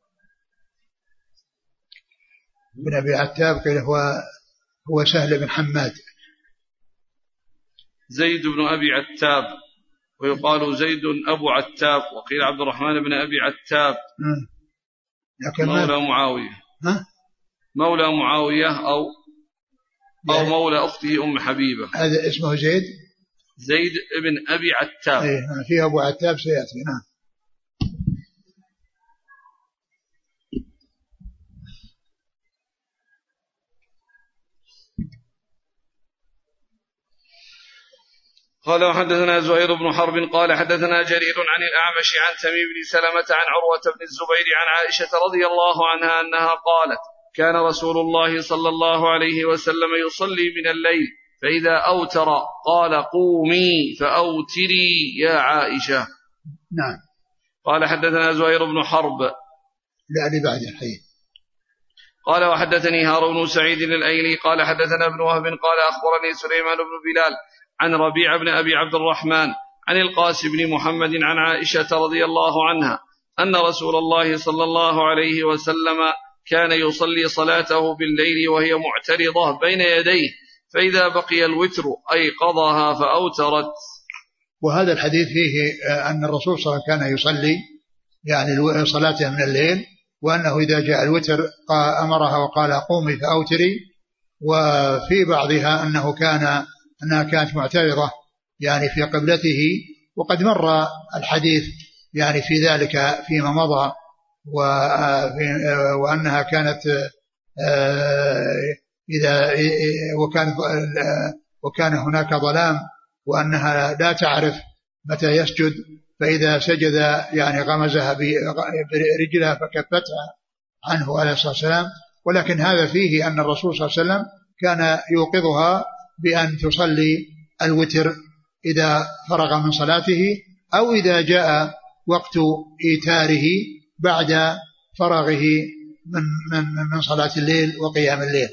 ابن أبي عتاب قيل هو سهل بن حماد. زيد بن أبي عتاب ويقال زيد أبو عتاب وقيل عبد الرحمن بن أبي عتاب مولى معاوية مولى معاوية أو مولى أخته أم حبيبة. هذا اسمه زيد بن أبي عتاب. في أبو عتاب سيأتي. نعم. قال وحدثنا زهير بن حرب قال حدثنا جرير عن الأعمش عن تميم بن سلمة عن عروة بن الزبير عن عائشة رضي الله عنها أنها قالت كان رسول الله صلى الله عليه وسلم يصلي من الليل فإذا أوتر قال قومي فأوتري يا عائشة. نعم. قال حدثنا زهير بن حرب لا بعد الحديث. قال وحدثني هارون سعيد الأيلي قال حدثنا ابن وهب قال أخبرني سليمان بن بلال عن ربيع بن أبي عبد الرحمن عن القاسم بن محمد عن عائشة رضي الله عنها أن رسول الله صلى الله عليه وسلم كان يصلي صلاته بالليل وهي معترضة بين يديه فإذا بقي الوتر أيقظها فأوترت. وهذا الحديث فيه أن الرسول صلى الله عليه وسلم كان يصلي يعني صلاته من الليل وأنه إذا جاء الوتر أمرها وقال قومي فأوتري. وفي بعضها أنها كانت معترضة يعني في قبلته وقد مر الحديث يعني في ذلك فيما مضى وأنها كانت إذا وكان هناك ظلام وأنها لا تعرف متى يسجد فإذا سجد يعني غمزها برجلها فكفتها عنه عليه الصلاة والسلام. ولكن هذا فيه أن الرسول صلى الله عليه وسلم كان يوقظها بأن تصلي الوتر إذا فرغ من صلاته أو إذا جاء وقت إيتاره بعد فرغه من صلاة الليل وقيام الليل.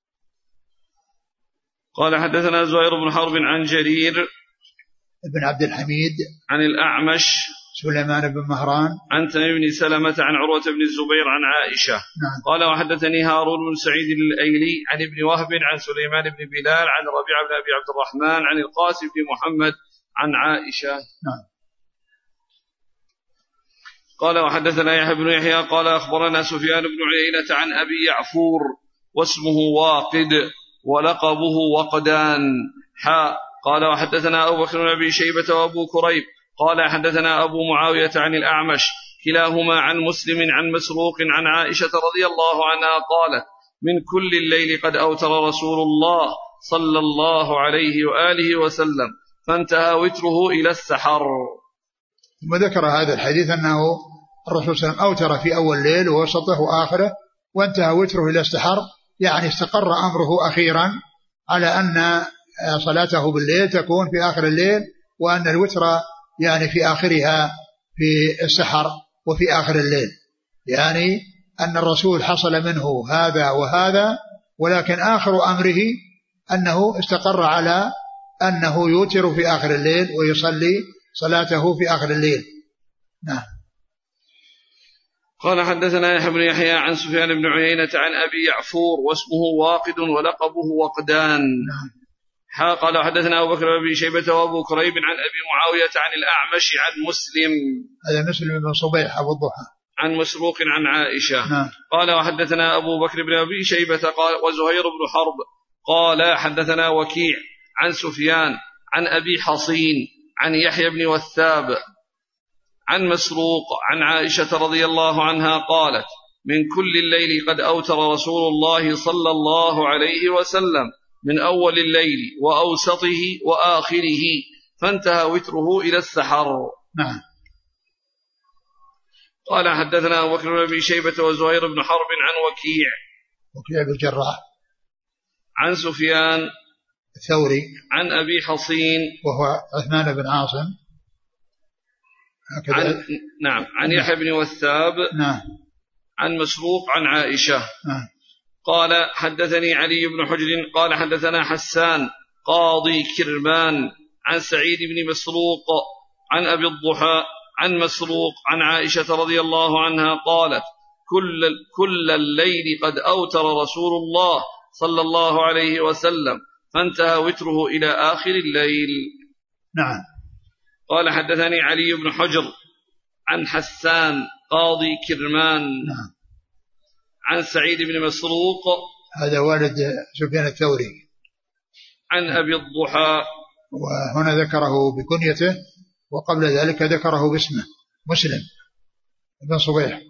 قال حدثنا زهير بن حرب عن جرير بن عبد الحميد عن الأعمش سليمان بن مهران عن تميم بن سلمة عن عروة بن الزبير عن عائشة. نعم. قال وحدثني هارون بن سعيد الأيلي عن ابن وهب عن سليمان بن بلال عن ربيع بن أبي عبد الرحمن عن القاسم بن محمد عن عائشة. نعم. قال وحدثنا يحيى بن يحيى قال أخبرنا سفيان بن عيينة عن أبي يعفور واسمه واقد ولقبه وقدان قال وحدثنا أبو بكر بن أبي شيبة وأبو كريب قال حدثنا أبو معاوية عن الأعمش كلاهما عن مسلم عن مسروق عن عائشة رضي الله عنها قالت من كل الليل قد أوتر رسول الله صلى الله عليه وآله وسلم فانتهى وتره إلى السحر. ثم ذكر هذا الحديث أنه الرسول صلى الله عليه وسلم أوتر في أول الليل ووسطه وآخره وانتهى وتره إلى السحر يعني استقر أمره أخيرا على أن صلاته بالليل تكون في آخر الليل وأن الوتر يعني في آخرها في السحر وفي آخر الليل يعني أن الرسول حصل منه هذا وهذا ولكن آخر أمره أنه استقر على أنه يوتر في آخر الليل ويصلي صلاته في آخر الليل. نعم. قال حدثنا يحيى بن يحيى عن سفيان بن عيينة عن أبي يعفور واسمه واقد ولقبه وقدان. نعم. قال حدثنا أبو بكر بن أبي شيبة وأبو كريب عن أبي معاوية عن الأعمش عن مسلم هذا مسلم بن صبيح أبو الضحى عن مسروق عن عائشة. نعم. قال وحدثنا أبو بكر بن أبي شيبة قال وزهير بن حرب قال حدثنا وكيع عن سفيان عن أبي حصين عن يحيى بن وثاب عن مسروق عن عائشة رضي الله عنها قالت من كل الليل قد أوتر رسول الله صلى الله عليه وسلم من أول الليل وأوسطه وآخره فانتهى وتره إلى السحر. نعم. قال حدثنا أبو بكر بن أبي شيبة وزهير بن حرب عن وكيع بن الجراح عن سفيان الثوري عن أبي حصين وهو عثمان بن عاصم نعم عن يحيى بن وثاب نعم عن مسروق عن عائشة. نعم. قال حدثني علي بن حجر قال حدثنا حسان قاضي كرمان عن سعيد بن مسروق عن أبي الضحى عن مسروق عن عائشة رضي الله عنها قالت كل الليل قد أوتر رسول الله صلى الله عليه وسلم فانتهى وتره إلى آخر الليل. نعم. قال حدثني علي بن حجر عن حسان قاضي كرمان نعم. عن سعيد بن مسروق هذا والد سفيان الثوري عن أبي الضحى وهنا ذكره بكنيته وقبل ذلك ذكره باسمه مسلم بن صبيح.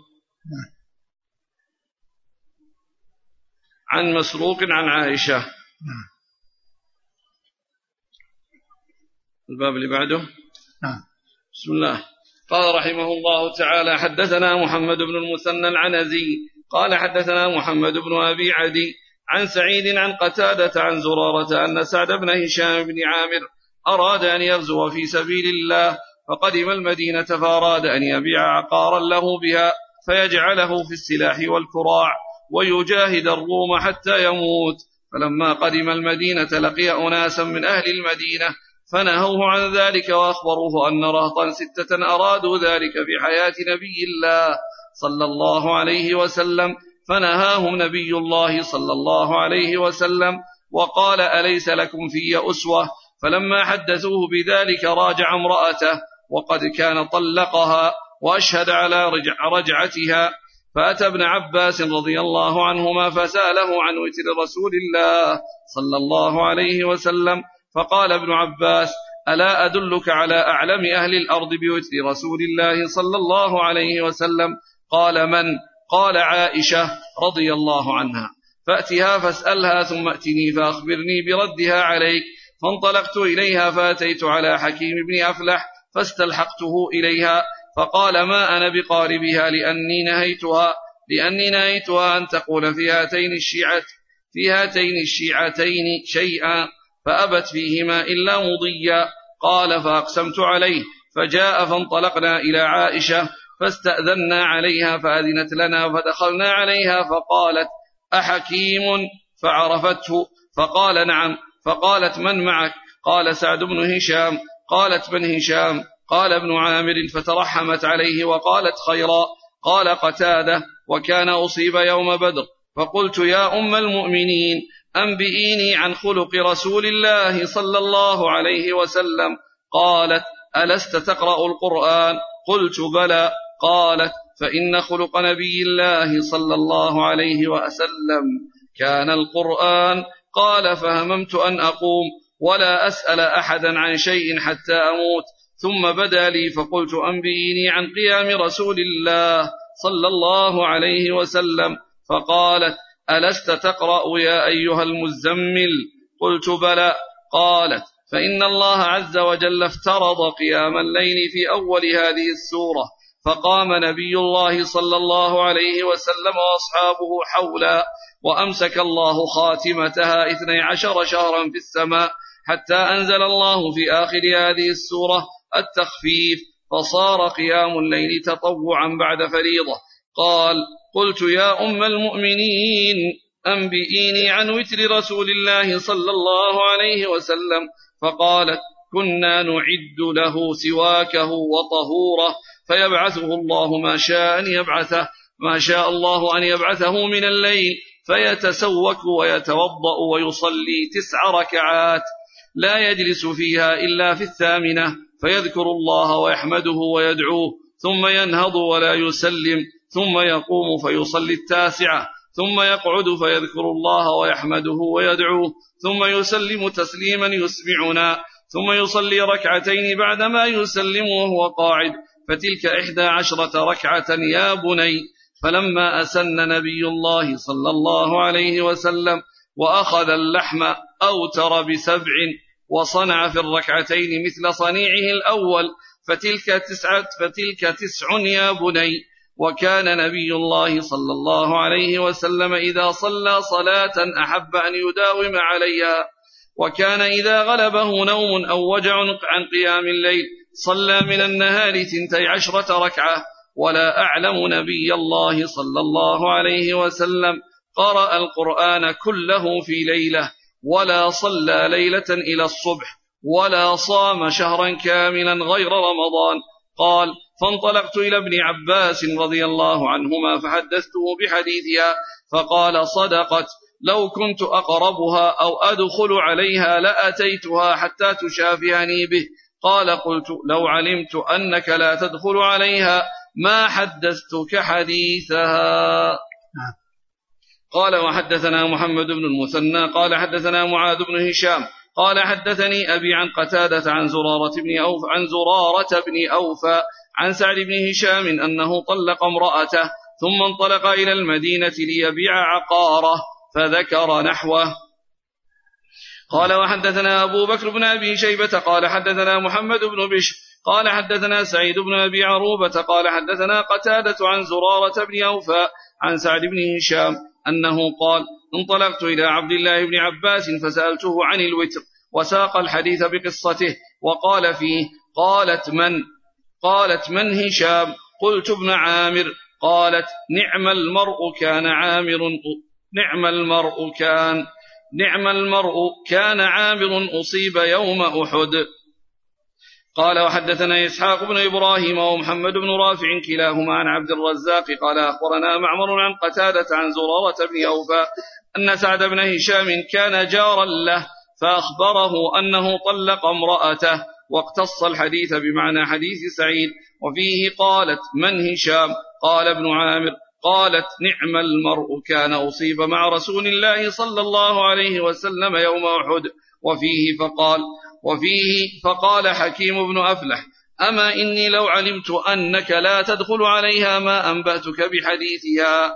عن مسروق عن عائشة. الباب اللي بعده. نعم. بسم الله. قال رحمه الله تعالى: حدثنا محمد بن المثنى العنزي قال حدثنا محمد بن أبي عدي عن سعيد عن قتادة عن زرارة أن سعد بن هشام بن عامر أراد أن يغزو في سبيل الله، فقدم المدينة فأراد أن يبيع عقارا له بها فيجعله في السلاح والكراع ويجاهد الروم حتى يموت. فلما قدم المدينة لقي أناسا من أهل المدينة فنهوه عن ذلك، وأخبروه أن رهطا 6 أرادوا ذلك في حياة نبي الله صلى الله عليه وسلم، فنهاهم نبي الله صلى الله عليه وسلم وقال: أليس لكم في أسوة؟ فلما حدثوه بذلك راجع امرأته وقد كان طلقها وأشهد على رجعتها، فأتى ابن عباس رضي الله عنهما فسأله عن وتر رسول الله صلى الله عليه وسلم، فقال ابن عباس: ألا أدلك على أعلم أهل الأرض بوتر رسول الله صلى الله عليه وسلم؟ قال: من؟ قال: عائشة رضي الله عنها، فأتها فاسألها ثم أتني فأخبرني بردها عليك. فانطلقت إليها فأتيت على حكيم بن أفلح فاستلحقته إليها، فقال: ما أنا بقاربها لأني نهيتها أن تقول في هاتين الشيعتين شيئا، فأبت فيهما إلا مضيا. قال: فأقسمت عليه، فجاء فانطلقنا إلى عائشة فاستأذنا عليها فأذنت لنا، فدخلنا عليها فقالت: أحكيم؟ فعرفته فقال: نعم. فقالت: من معك؟ قال: سعد بن هشام. قالت: من هشام؟ قال: ابن عامر. فترحمت عليه وقالت: خيرا. قال قتادة: وكان أصيب يوم بدر. فقلت: يا أم المؤمنين، أنبئيني عن خلق رسول الله صلى الله عليه وسلم. قالت: ألست تقرأ القرآن؟ قلت: بلى. قالت: فإن خلق نبي الله صلى الله عليه وسلم كان القرآن. قال: فهممت أن أقوم ولا أسأل أحدا عن شيء حتى أموت، ثم بدا لي فقلت: أنبئيني عن قيام رسول الله صلى الله عليه وسلم. فقالت: ألست تقرأ يا أيها المزمل؟ قلت: بلى. قالت: فإن الله عز وجل افترض قيام الليل في أول هذه السورة، فقام نبي الله صلى الله عليه وسلم وأصحابه حولا، وأمسك الله خاتمتها 12 شهرا في السماء، حتى أنزل الله في آخر هذه السورة التخفيف، فصار قيام الليل تطوعا بعد فريضة. قال: قلت: يا أم المؤمنين، أنبئيني عن وتر رسول الله صلى الله عليه وسلم. فقالت: كنا نعد له سواكه وطهوره، فيبعثه الله ما شاء الله أن يبعثه من الليل، فيتسوك ويتوضأ ويصلي 9 ركعات لا يجلس فيها إلا في 8، فيذكر الله ويحمده ويدعوه، ثم ينهض ولا يسلم، ثم يقوم فيصلي 9، ثم يقعد فيذكر الله ويحمده ويدعوه، ثم يسلم تسليما يسمعنا، ثم يصلي 2 ركعتين بعدما يسلم وهو قاعد، فتلك 11 ركعة يا بني. فلما أسن نبي الله صلى الله عليه وسلم وأخذ اللحم أوتر ب7، وصنع في 2 ركعتين مثل صنيعه الأول، فتلك 9 يا بني. وكان نبي الله صلى الله عليه وسلم إذا صلى صلاة أحب أن يداوم عليها، وكان إذا غلبه نوم أو وجع عن قيام الليل صلى من النهار 12 ركعة. ولا أعلم نبي الله صلى الله عليه وسلم قرأ القرآن كله في ليلة، ولا صلى ليلة إلى الصبح، ولا صام شهرا كاملا غير رمضان. قال: فانطلقت إلى ابن عباس رضي الله عنهما فحدثته بحديثها، فقال: صدقت، لو كنت أقربها أو أدخل عليها لأتيتها حتى تشافهني به. قال: قلت: لو علمت أنك لا تدخل عليها ما حدثتك حديثها. قال: وحدثنا محمد بن المثنى قال حدثنا معاذ بن هشام قال حدثني أبي عن قتادة عن زرارة بن أوفى عن سعد بن هشام أنه طلق امرأته ثم انطلق إلى المدينة ليبيع عقاره، فذكر نحوه. قال وحدثنا أبو بكر بن أبي شيبة قال حدثنا محمد بن بشر قال حدثنا سعيد بن أبي عروبة قال حدثنا قتادة عن زرارة بن أوفى عن سعد بن هشام أنه قال انطلقت إلى عبد الله بن عباس فسألته عن الوتر وساق الحديث بقصته وقال فيه قالت من هشام قلت ابن عامر قالت نعم المرء كان عامر أصيب يوم أحد. قال وحدثنا إسحاق بن إبراهيم ومحمد بن رافع كلاهما عن عبد الرزاق قال أخبرنا معمر عن قتادة عن زرارة بن أوفى أن سعد بن هشام كان جارا له فأخبره أنه طلق امرأته واقتص الحديث بمعنى حديث سعيد وفيه قالت من هشام قال ابن عامر قالت نعم المرء كان أصيب مع رسول الله صلى الله عليه وسلم يوم أحد وفيه فقال حكيم بن أفلح أما إني لو علمت أنك لا تدخل عليها ما أنبأتك بحديثها.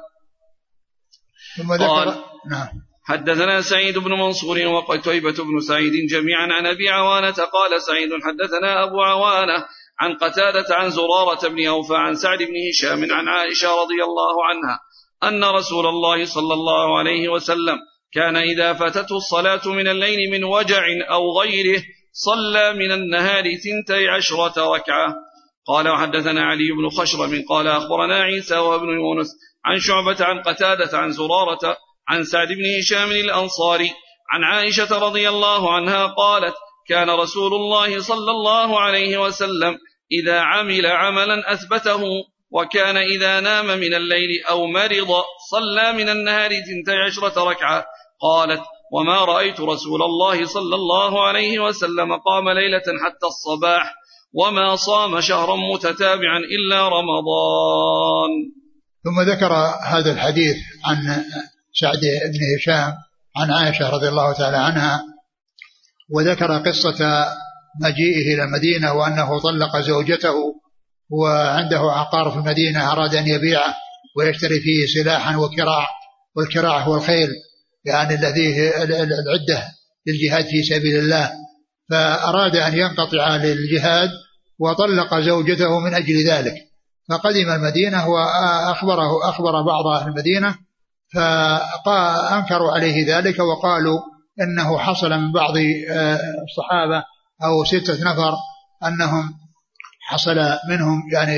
قال حدثنا سعيد بن منصور وقتيبة بن سعيد جميعا عن أبي عوانة قال سعيد حدثنا أبو عوانة عن قتادة عن زرارة بن أوفى عن سعد بن هشام عن عائشة رضي الله عنها أن رسول الله صلى الله عليه وسلم كان إذا فاتته الصلاة من الليل من وجع أو غيره صلى من النهار 12 ركعة. قال وحدثنا علي بن خشرم قال أخبرنا عيسى وابن يونس عن شعبة عن قتادة عن زرارة عن سعد بن هشام الأنصاري عن عائشة رضي الله عنها قالت كان رسول الله صلى الله عليه وسلم إذا عمل عملا أثبته وكان إذا نام من الليل أو مرض صلى من النهار 12 ركعة. قالت وما رأيت رسول الله صلى الله عليه وسلم قام ليلة حتى الصباح وما صام شهرا متتابعا إلا رمضان. ثم ذكر هذا الحديث عن سعد بن هشام عن عائشة رضي الله تعالى عنها وذكر قصة مجيئه إلى المدينة وأنه طلق زوجته وعنده عقار في المدينة أراد أن يبيعه ويشتري فيه سلاحا وكراع والكراع هو الخيل يعني الذي العدة للجهاد في سبيل الله فأراد أن ينقطع للجهاد وطلق زوجته من أجل ذلك فقدم المدينة وأخبر بعض أهل المدينة فأنكروا عليه ذلك وقالوا إنه حصل من بعض الصحابة أو 6 نفر أنهم حصل منهم يعني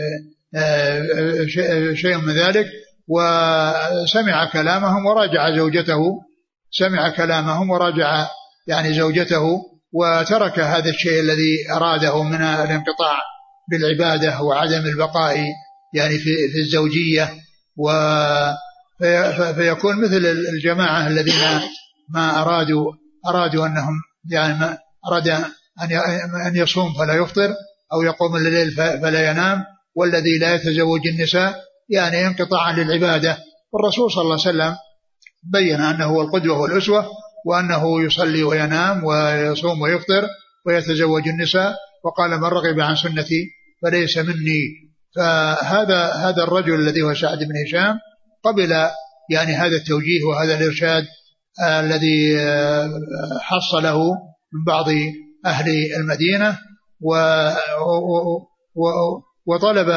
شيء من ذلك وسمع كلامهم وراجع يعني زوجته وترك هذا الشيء الذي أراده من الانقطاع بالعبادة وعدم البقاء يعني في الزوجية فيكون مثل الجماعة الذين ما أرادوا أنهم يعني ما أراد أن يصوم فلا يفطر أو يقوم الليل فلا ينام والذي لا يتزوج النساء يعني انقطاعا للعبادة. والرسول صلى الله عليه وسلم بين أنه هو القدوة والأسوة وأنه يصلي وينام ويصوم ويفطر ويتزوج النساء وقال من رغب عن سنتي فليس مني. فهذا الرجل الذي هو سعد بن هشام قبل يعني هذا التوجيه وهذا الإرشاد الذي حصله من بعض أهل المدينة وطلب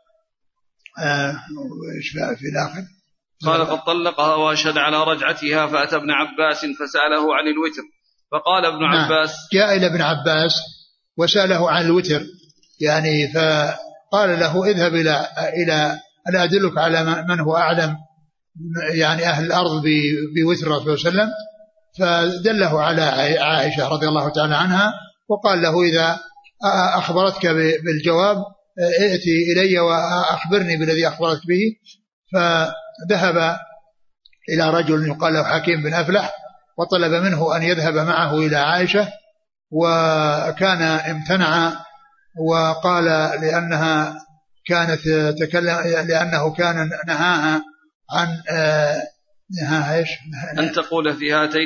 ايش في الآخر قال قد طلقها وأشهد على رجعتها فأتى ابن عباس فسأله عن الوتر فقال ابن عباس جاء إلى ابن عباس وسأله عن الوتر يعني فقال له اذهب إلى ألا أدلك على من هو أعلم يعني أهل الأرض بوتر الرسول صلى الله عليه وسلم فدله على عائشة رضي الله تعالى عنها وقال له إذا أخبرتك بالجواب ائتي إلي وأخبرني بالذي أخبرت به. فذهب إلى رجل يقال له حكيم بن أفلح وطلب منه أن يذهب معه إلى عائشة وكان امتنع وقال لأنها كانت تكلم لأنه كان نهاها عن أن تقول في هاتين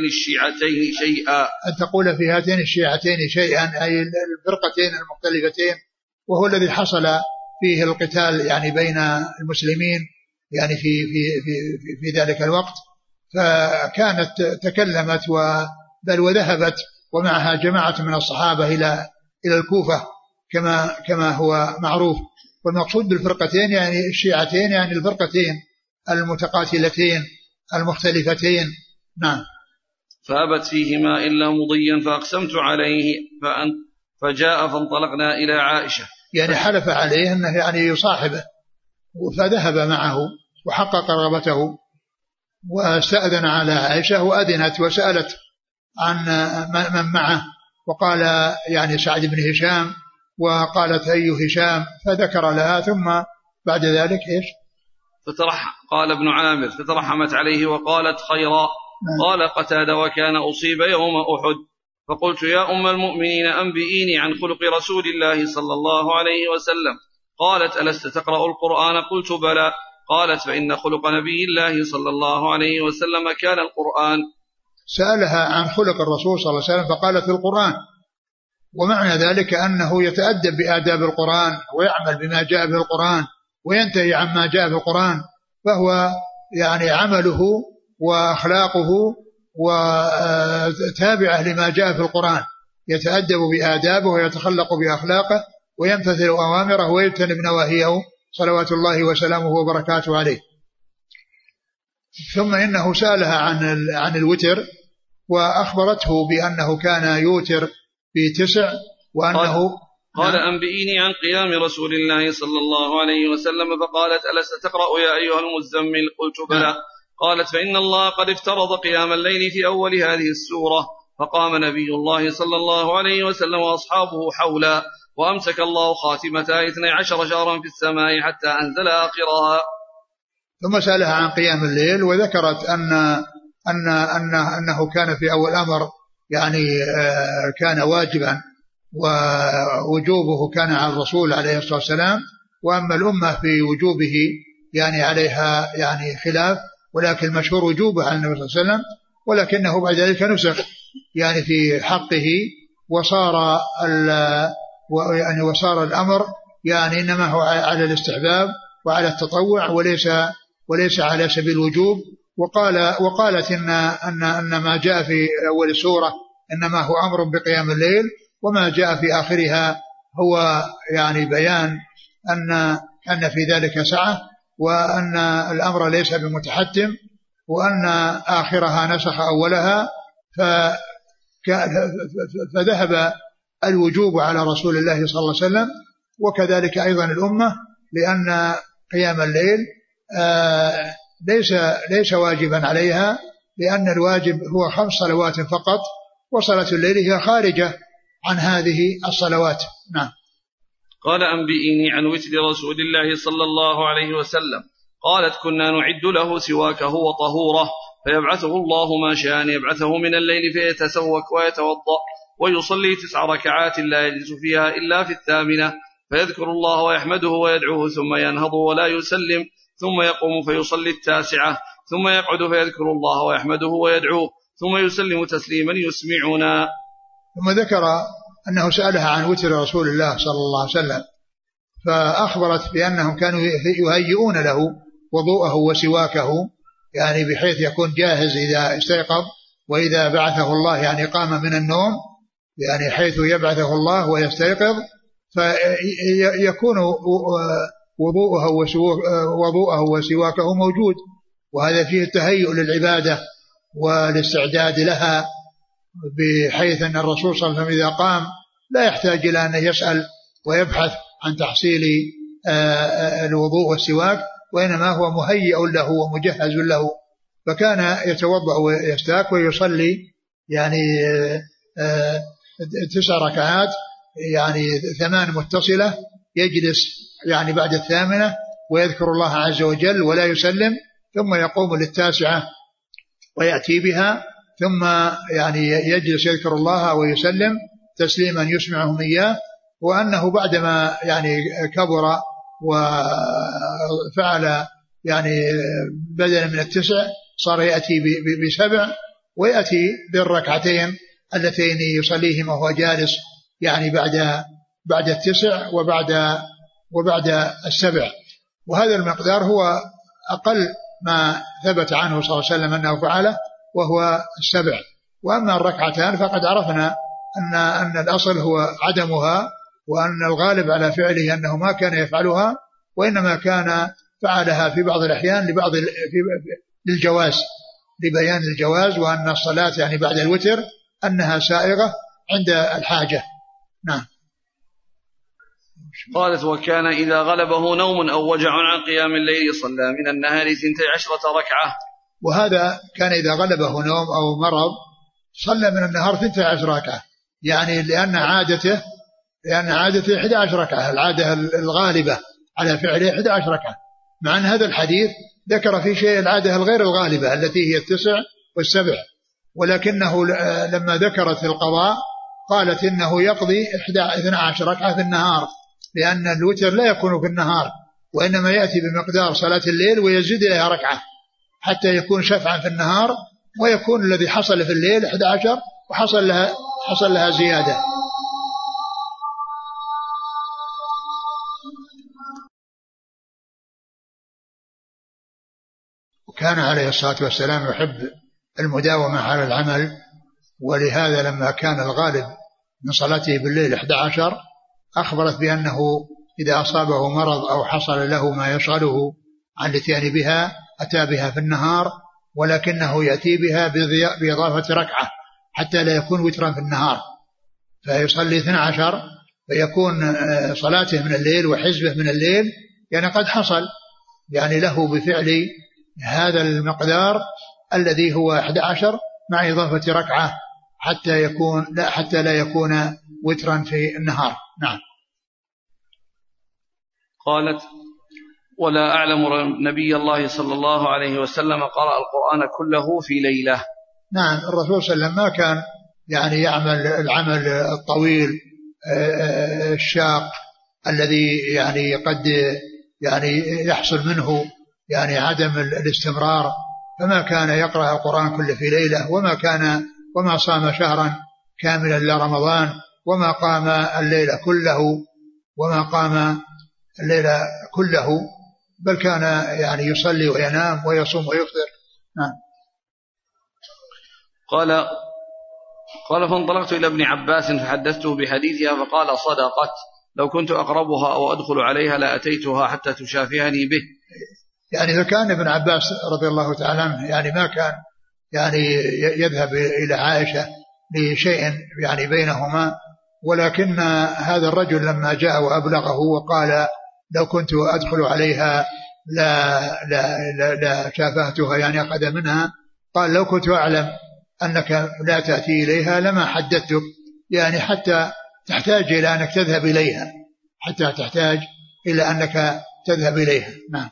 الشيعتين شيئا أي الفرقتين المختلفتين وهو الذي حصل فيه القتال يعني بين المسلمين يعني في ذلك الوقت. فكانت تكلمت بل وذهبت ومعها جماعة من الصحابة إلى الكوفة كما هو معروف. والمقصود بالفرقتين يعني الشيعتين، يعني الفرقتين المتقاتلتين المختلفتين. نعم. فأبت فيهما إلا مضيا فأقسمت عليه فجاء فانطلقنا إلى عائشة، يعني حلف عليه أنه يعني يصاحبه، فذهب معه وحقق رغبته واستأذن على عائشة وأذنت وسألت عن من معه، وقال يعني سعد بن هشام، وقالت أي هشام، فذكر لها. ثم بعد ذلك إيش؟ قال ابن عامر فترحمت عليه وقالت خيرا. قال قتادة وكان أصيب يوم أحد. فقلت يا أم المؤمنين أنبئيني عن خلق رسول الله صلى الله عليه وسلم. قالت ألست تقرأ القرآن؟ قلت بلى. قالت فإن خلق نبي الله صلى الله عليه وسلم كان القرآن. سألها عن خلق الرسول صلى الله عليه وسلم فقالت القرآن، ومعنى ذلك أنه يتأدب بآداب القرآن ويعمل بما جاء به القرآن وينتهي عما جاء به القرآن، فهو يعني عمله وأخلاقه وتابعه لما جاء في القرآن، يتأدب بآدابه ويتخلق بأخلاقه ويمتثل أوامره ويجتنب نواهيه صلوات الله وسلامه وبركاته عليه. ثم إنه سألها عن الوتر، وأخبرته بأنه كان يوتر ب9، وأنه قال أنبئيني عن قيام رسول الله صلى الله عليه وسلم. فقالت ألست تقرأ يا أيها المزمل؟ قلت بلى. قالت فإن الله قد افترض قيام الليل في أول هذه السورة. فقام نبي الله صلى الله عليه وسلم وأصحابه حولا، وأمسك الله خاتمتها 12 شهرا في السماء حتى أنزل آخرها. ثم سألها عن قيام الليل، وذكرت أنه كان في أول أمر يعني كان واجبا، ووجوبه كان على الرسول عليه الصلاة والسلام، وأما الأمة في وجوبه يعني عليها يعني خلاف، ولكن المشهور وجوبه على النبي صلى الله عليه وسلم، ولكنه بعد ذلك نسخ يعني في حقه، وصار الأمر يعني إنما هو على الاستحباب وعلى التطوع وليس على سبيل الوجوب. وقالت إن ما جاء في أول السورة إنما هو أمر بقيام الليل، وما جاء في آخرها هو يعني بيان أن في ذلك سعة، وأن الأمر ليس بمتحتم، وأن آخرها نسخ أولها، فذهب الوجوب على رسول الله صلى الله عليه وسلم، وكذلك أيضا الأمة، لأن قيام الليل ليس واجبا عليها، لأن الواجب هو 5 صلوات فقط، وصلاة الليل هي خارجة عن هذه الصلوات. نعم. قال أنبئيني عن وتر رسول الله صلى الله عليه وسلم. قالت كنا نعد له سواكه وطهوره، فيبعثه الله ما شاء أن يبعثه من الليل فيتسوك ويتوضأ ويصلي 9 ركعات لا يجلس فيها إلا في 8، فيذكر الله ويحمده ويدعوه ثم ينهض ولا يسلم، ثم يقوم فيصلي 9، ثم يقعد فيذكر الله ويحمده ويدعوه ثم يسلم تسليما يسمعنا. ثم ذكر أنه سألها عن وتر رسول الله صلى الله عليه وسلم، فأخبرت بأنهم كانوا يهيئون له وضوءه وسواكه، يعني بحيث يكون جاهز إذا استيقظ، وإذا بعثه الله يعني قام من النوم، يعني حيث يبعثه الله ويستيقظ فيكون وضوءه وسواكه موجود، وهذا فيه التهيؤ للعبادة والاستعداد لها، بحيث أن الرسول صلى الله عليه وسلم إذا قام لا يحتاج إلى أن يسأل ويبحث عن تحصيل الوضوء والسواك، وإنما هو مهيئ له ومجهز له، فكان يتوضأ ويستاك ويصلي يعني 9 ركعات، يعني 8 متصلة، يجلس يعني بعد 8 ويذكر الله عز وجل ولا يسلم، ثم يقوم ل9 ويأتي بها، ثم يعني يجلس يذكر الله ويسلم تسليما يسمعهم إياه، وأنه بعدما يعني كبر وفعل يعني بدلا من 9 صار يأتي ب7، ويأتي بالركعتين اللتين يصليهما وهو جالس يعني بعد 9 وبعد 7. وهذا المقدار هو أقل ما ثبت عنه صلى الله عليه وسلم أنه فعله، وهو 7. وأما الركعتان فقد عرفنا أن الأصل هو عدمها، وأن الغالب على فعله أنه ما كان يفعلها، وإنما كان فعلها في بعض الأحيان للجواز، لبيان الجواز، وأن الصلاة يعني بعد الوتر أنها سائغة عند الحاجة. نعم. قالت: وكان إذا غلبه نوم أو وجع عن قيام الليل صلى من النهار 12 ركعة. وهذا كان إذا غلبه نوم أو مرض صلى من النهار 12 ركعة، يعني لأن عادته 11 ركعة، العادة الغالبة على فعله 11 ركعة، مع أن هذا الحديث ذكر في شيء العادة الغير الغالبة التي هي 9 و7، ولكنه لما ذكرت القضاء قالت إنه يقضي 12 ركعة في النهار، لأن الوتر لا يكون في النهار، وإنما يأتي بمقدار صلاة الليل ويزيد إليها ركعة حتى يكون شفعا في النهار، ويكون الذي حصل في الليل 11 وحصل لها زيادة. وكان عليه الصلاة والسلام يحب المداومة على العمل، ولهذا لما كان الغالب من صلاته بالليل 11 أخبرت بأنه إذا أصابه مرض أو حصل له ما يشغله عن الاتيان بها أتى بها في النهار، ولكنه يأتي بها بإضافة ركعة حتى لا يكون وترا في النهار، فيصلي 12 فيكون صلاته من الليل وحزبه من الليل يعني قد حصل يعني له بفعل هذا المقدار الذي هو 11 مع إضافة ركعة حتى لا يكون وترا في النهار. نعم. قالت: ولا أعلم نبي الله صلى الله عليه وسلم قرأ القرآن كله في ليلة. نعم، الرسول صلى الله عليه وسلم ما كان يعني يعمل العمل الطويل الشاق الذي يعني قد يعني يحصل منه يعني عدم الاستمرار، فما كان يقرأ القرآن كله في ليلة، وما صام شهرا كاملا لرمضان، وما قام الليل كله، بل كان يعني يصلي وينام ويصوم ويفطر. نعم. قال: فانطلقت إلى ابن عباس فحدثته بحديثها فقال: صدقت، لو كنت أقربها أو أدخل عليها لأتيتها حتى تشافهني به. يعني فكان ابن عباس رضي الله تعالى عنه يعني ما كان يعني يذهب إلى عائشة لشيء يعني بينهما، ولكن هذا الرجل لما جاء وأبلغه وقال لو كنت أدخل عليها لا شافهتها يعني أخذ منها، قال لو كنت أعلم أنك لا تأتي إليها لما حدثتك، يعني حتى تحتاج إلى أنك تذهب إليها. نعم.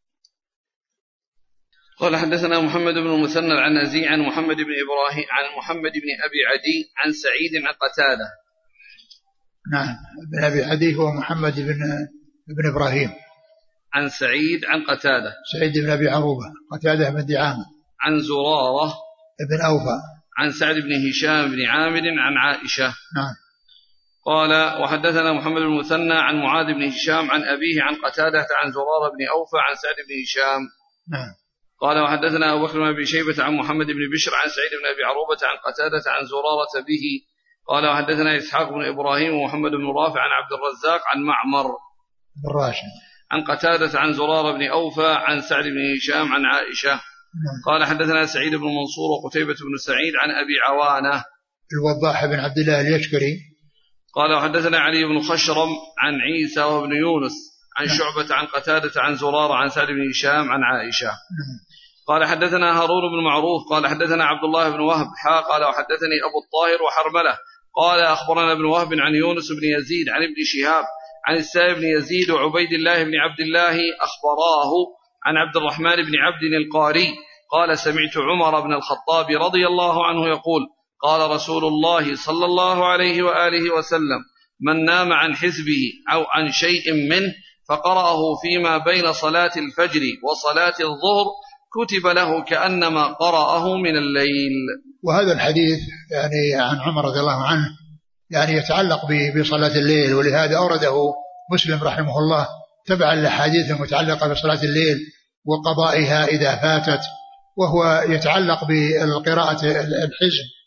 قال: حدثنا محمد بن المثنى العنزي عن محمد بن إبراهيم عن محمد بن أبي عدي عن سعيد عن قتادة. نعم، بن أبي عدي هو محمد بن إبراهيم عن سعيد عن قتادة، سعيد بن أبي عروبة، قتادة بن دعامة، عن زرارة بن أوفى، عن سعد بن هشام بن عامر عن عائشة. نعم. قال: وحدثنا محمد بن المثنى عن معاذ بن هشام عن أبيه عن قتادة عن زرارة بن أوفى عن سعد بن هشام. نعم. قال: وحدثنا أبو بكر بن أبي شيبة عن محمد بن بشر عن سعيد بن أبي عروبة عن قتادة عن زرارة به. قال: وحدثنا إسحاق بن إبراهيم ومحمد بن رافع عن عبد الرزاق عن معمر بن راشد عن قتادة عن زرارة بن أوفى عن سعد بن هشام عن عائشة. قال: حدثنا سعيد بن منصور وقتيبة بن سعيد عن أبي عوانة الوضاح بن عبد الله اليشكري. قال: وحدثنا علي بن خشرم عن عيسى وابن يونس عن شعبة عن قتادة عن زرارة عن سعد بن هشام عن عائشة. قال: حدثنا هارون بن معروف قال: حدثنا عبد الله بن وهب قال: وحدثني أبو الطاهر وحرملة قال: أخبرنا ابن وهب عن يونس بن يزيد عن ابن شهاب عن السائب بن يزيد وعبيد الله بن عبد الله أخبراه عن عبد الرحمن بن عبد القاري قال: سمعت عمر بن الخطاب رضي الله عنه يقول: قال رسول الله صلى الله عليه وآله وسلم: من نام عن حزبه أو عن شيء منه فقرأه فيما بين صلاة الفجر وصلاة الظهر كتب له كأنما قرأه من الليل. وهذا الحديث يعني عن عمر رضي الله عنه يعني يتعلق بصلاة الليل، ولهذا أورده مسلم رحمه الله تبعا للأحاديث المتعلقة بصلاة الليل وقضائها إذا فاتت، وهو يتعلق بالقراءة الحزب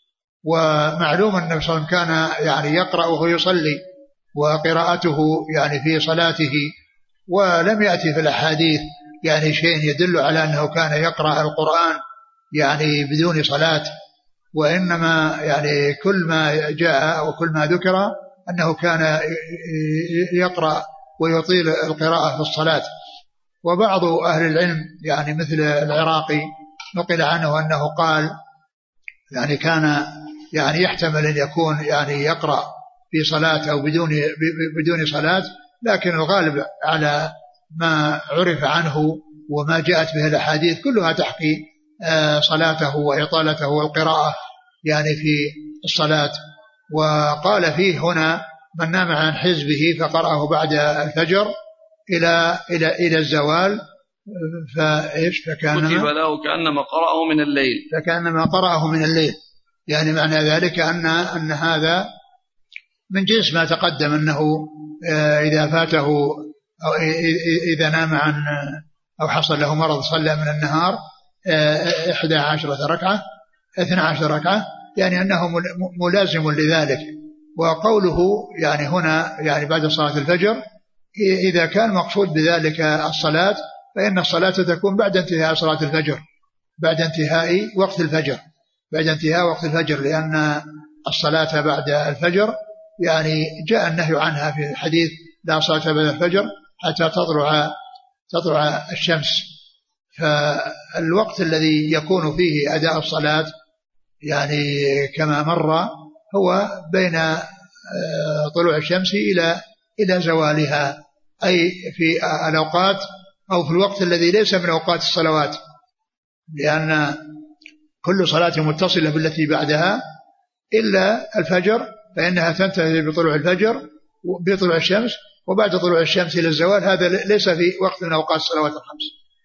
ومعلوم أن النبي صلى الله عليه وسلم كان يعني يقرأ وهو يصلي، وقراءته يعني في صلاته، ولم يأتي في الأحاديث يعني شيء يدل على أنه كان يقرأ القرآن يعني بدون صلاة، وإنما يعني كل ما جاء وكل ما ذكر أنه كان يقرأ ويطيل القراءة في الصلاة. وبعض أهل العلم يعني مثل العراقي نقل عنه أنه قال يعني كان يعني يحتمل أن يكون يعني يقرأ في صلاة أو بدون صلاة، لكن الغالب على ما عرف عنه وما جاءت به الأحاديث كلها تحكي صلاته وإطالته والقراءة يعني في الصلاة. وقال فيه هنا من نام عن حزبه فقرأه بعد الفجر إلى الزوال فإيش فكانما كتب له كأنما قرأه من الليل. يعني معنى ذلك أن هذا من جنس ما تقدم أنه إذا فاته أو إذا نام عن أو حصل له مرض صلى من النهار 11 ركعة 12 ركعة، يعني أنه ملازم لذلك. وقوله يعني هنا يعني بعد صلاة الفجر إذا كان مقصود بذلك الصلاة فإن الصلاة تكون بعد انتهاء صلاة الفجر، بعد انتهاء وقت الفجر، لأن الصلاة بعد الفجر يعني جاء النهي عنها في الحديث لا صلاة بعد الفجر حتى تطلع الشمس. فالوقت الذي يكون فيه أداء الصلاة يعني كما مر هو بين طلوع الشمس إلى زوالها، أي في الأوقات أو في الوقت الذي ليس من أوقات الصلوات، لأن كل صلاة متصلة بالتي بعدها إلا الفجر فإنها تنتهي بطلوع الفجر بطلوع الشمس، وبعد طلوع الشمس إلى الزوال هذا ليس في وقت من أوقات الصلوات الخمس.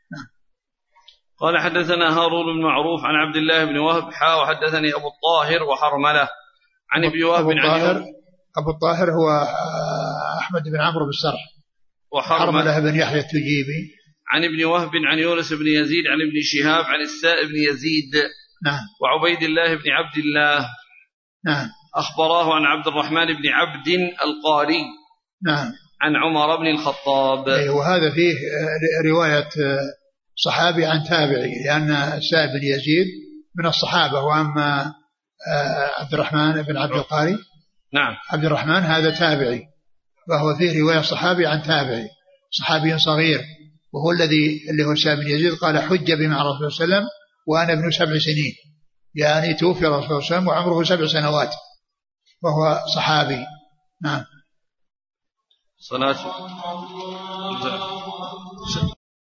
قال حدثنا هارون بن معروف عن عبد الله بن وهب وحدثني أبو الطاهر وحرملة عن ابن وهب أبو الطاهر هو أحمد بن عمرو بن سرح، وحرملة بن يحيى التجيبي عن ابن وهب عن يونس بن يزيد عن ابن شهاب عن السائب بن يزيد نعم وعبيد الله بن عبد الله نعم أخبراه عن عبد الرحمن بن عبد القاري نعم عن عمر بن الخطاب. وهذا فيه رواية صحابي عن تابعي، لأن السائب بن يزيد من الصحابة، وأما عبد الرحمن بن عبد القاري نعم عبد الرحمن هذا تابعي، وهو فيه رواية صحابي عن تابعي صحابي صغير، وهو اللي هو السائب بن يزيد قال حج بي مع الرسول صلى الله عليه وسلم وأنا ابن 7 سنين، يعني توفي الرسول صلى الله عليه وسلم وعمره 7 سنوات، وهو صحابي. نعم. صلاة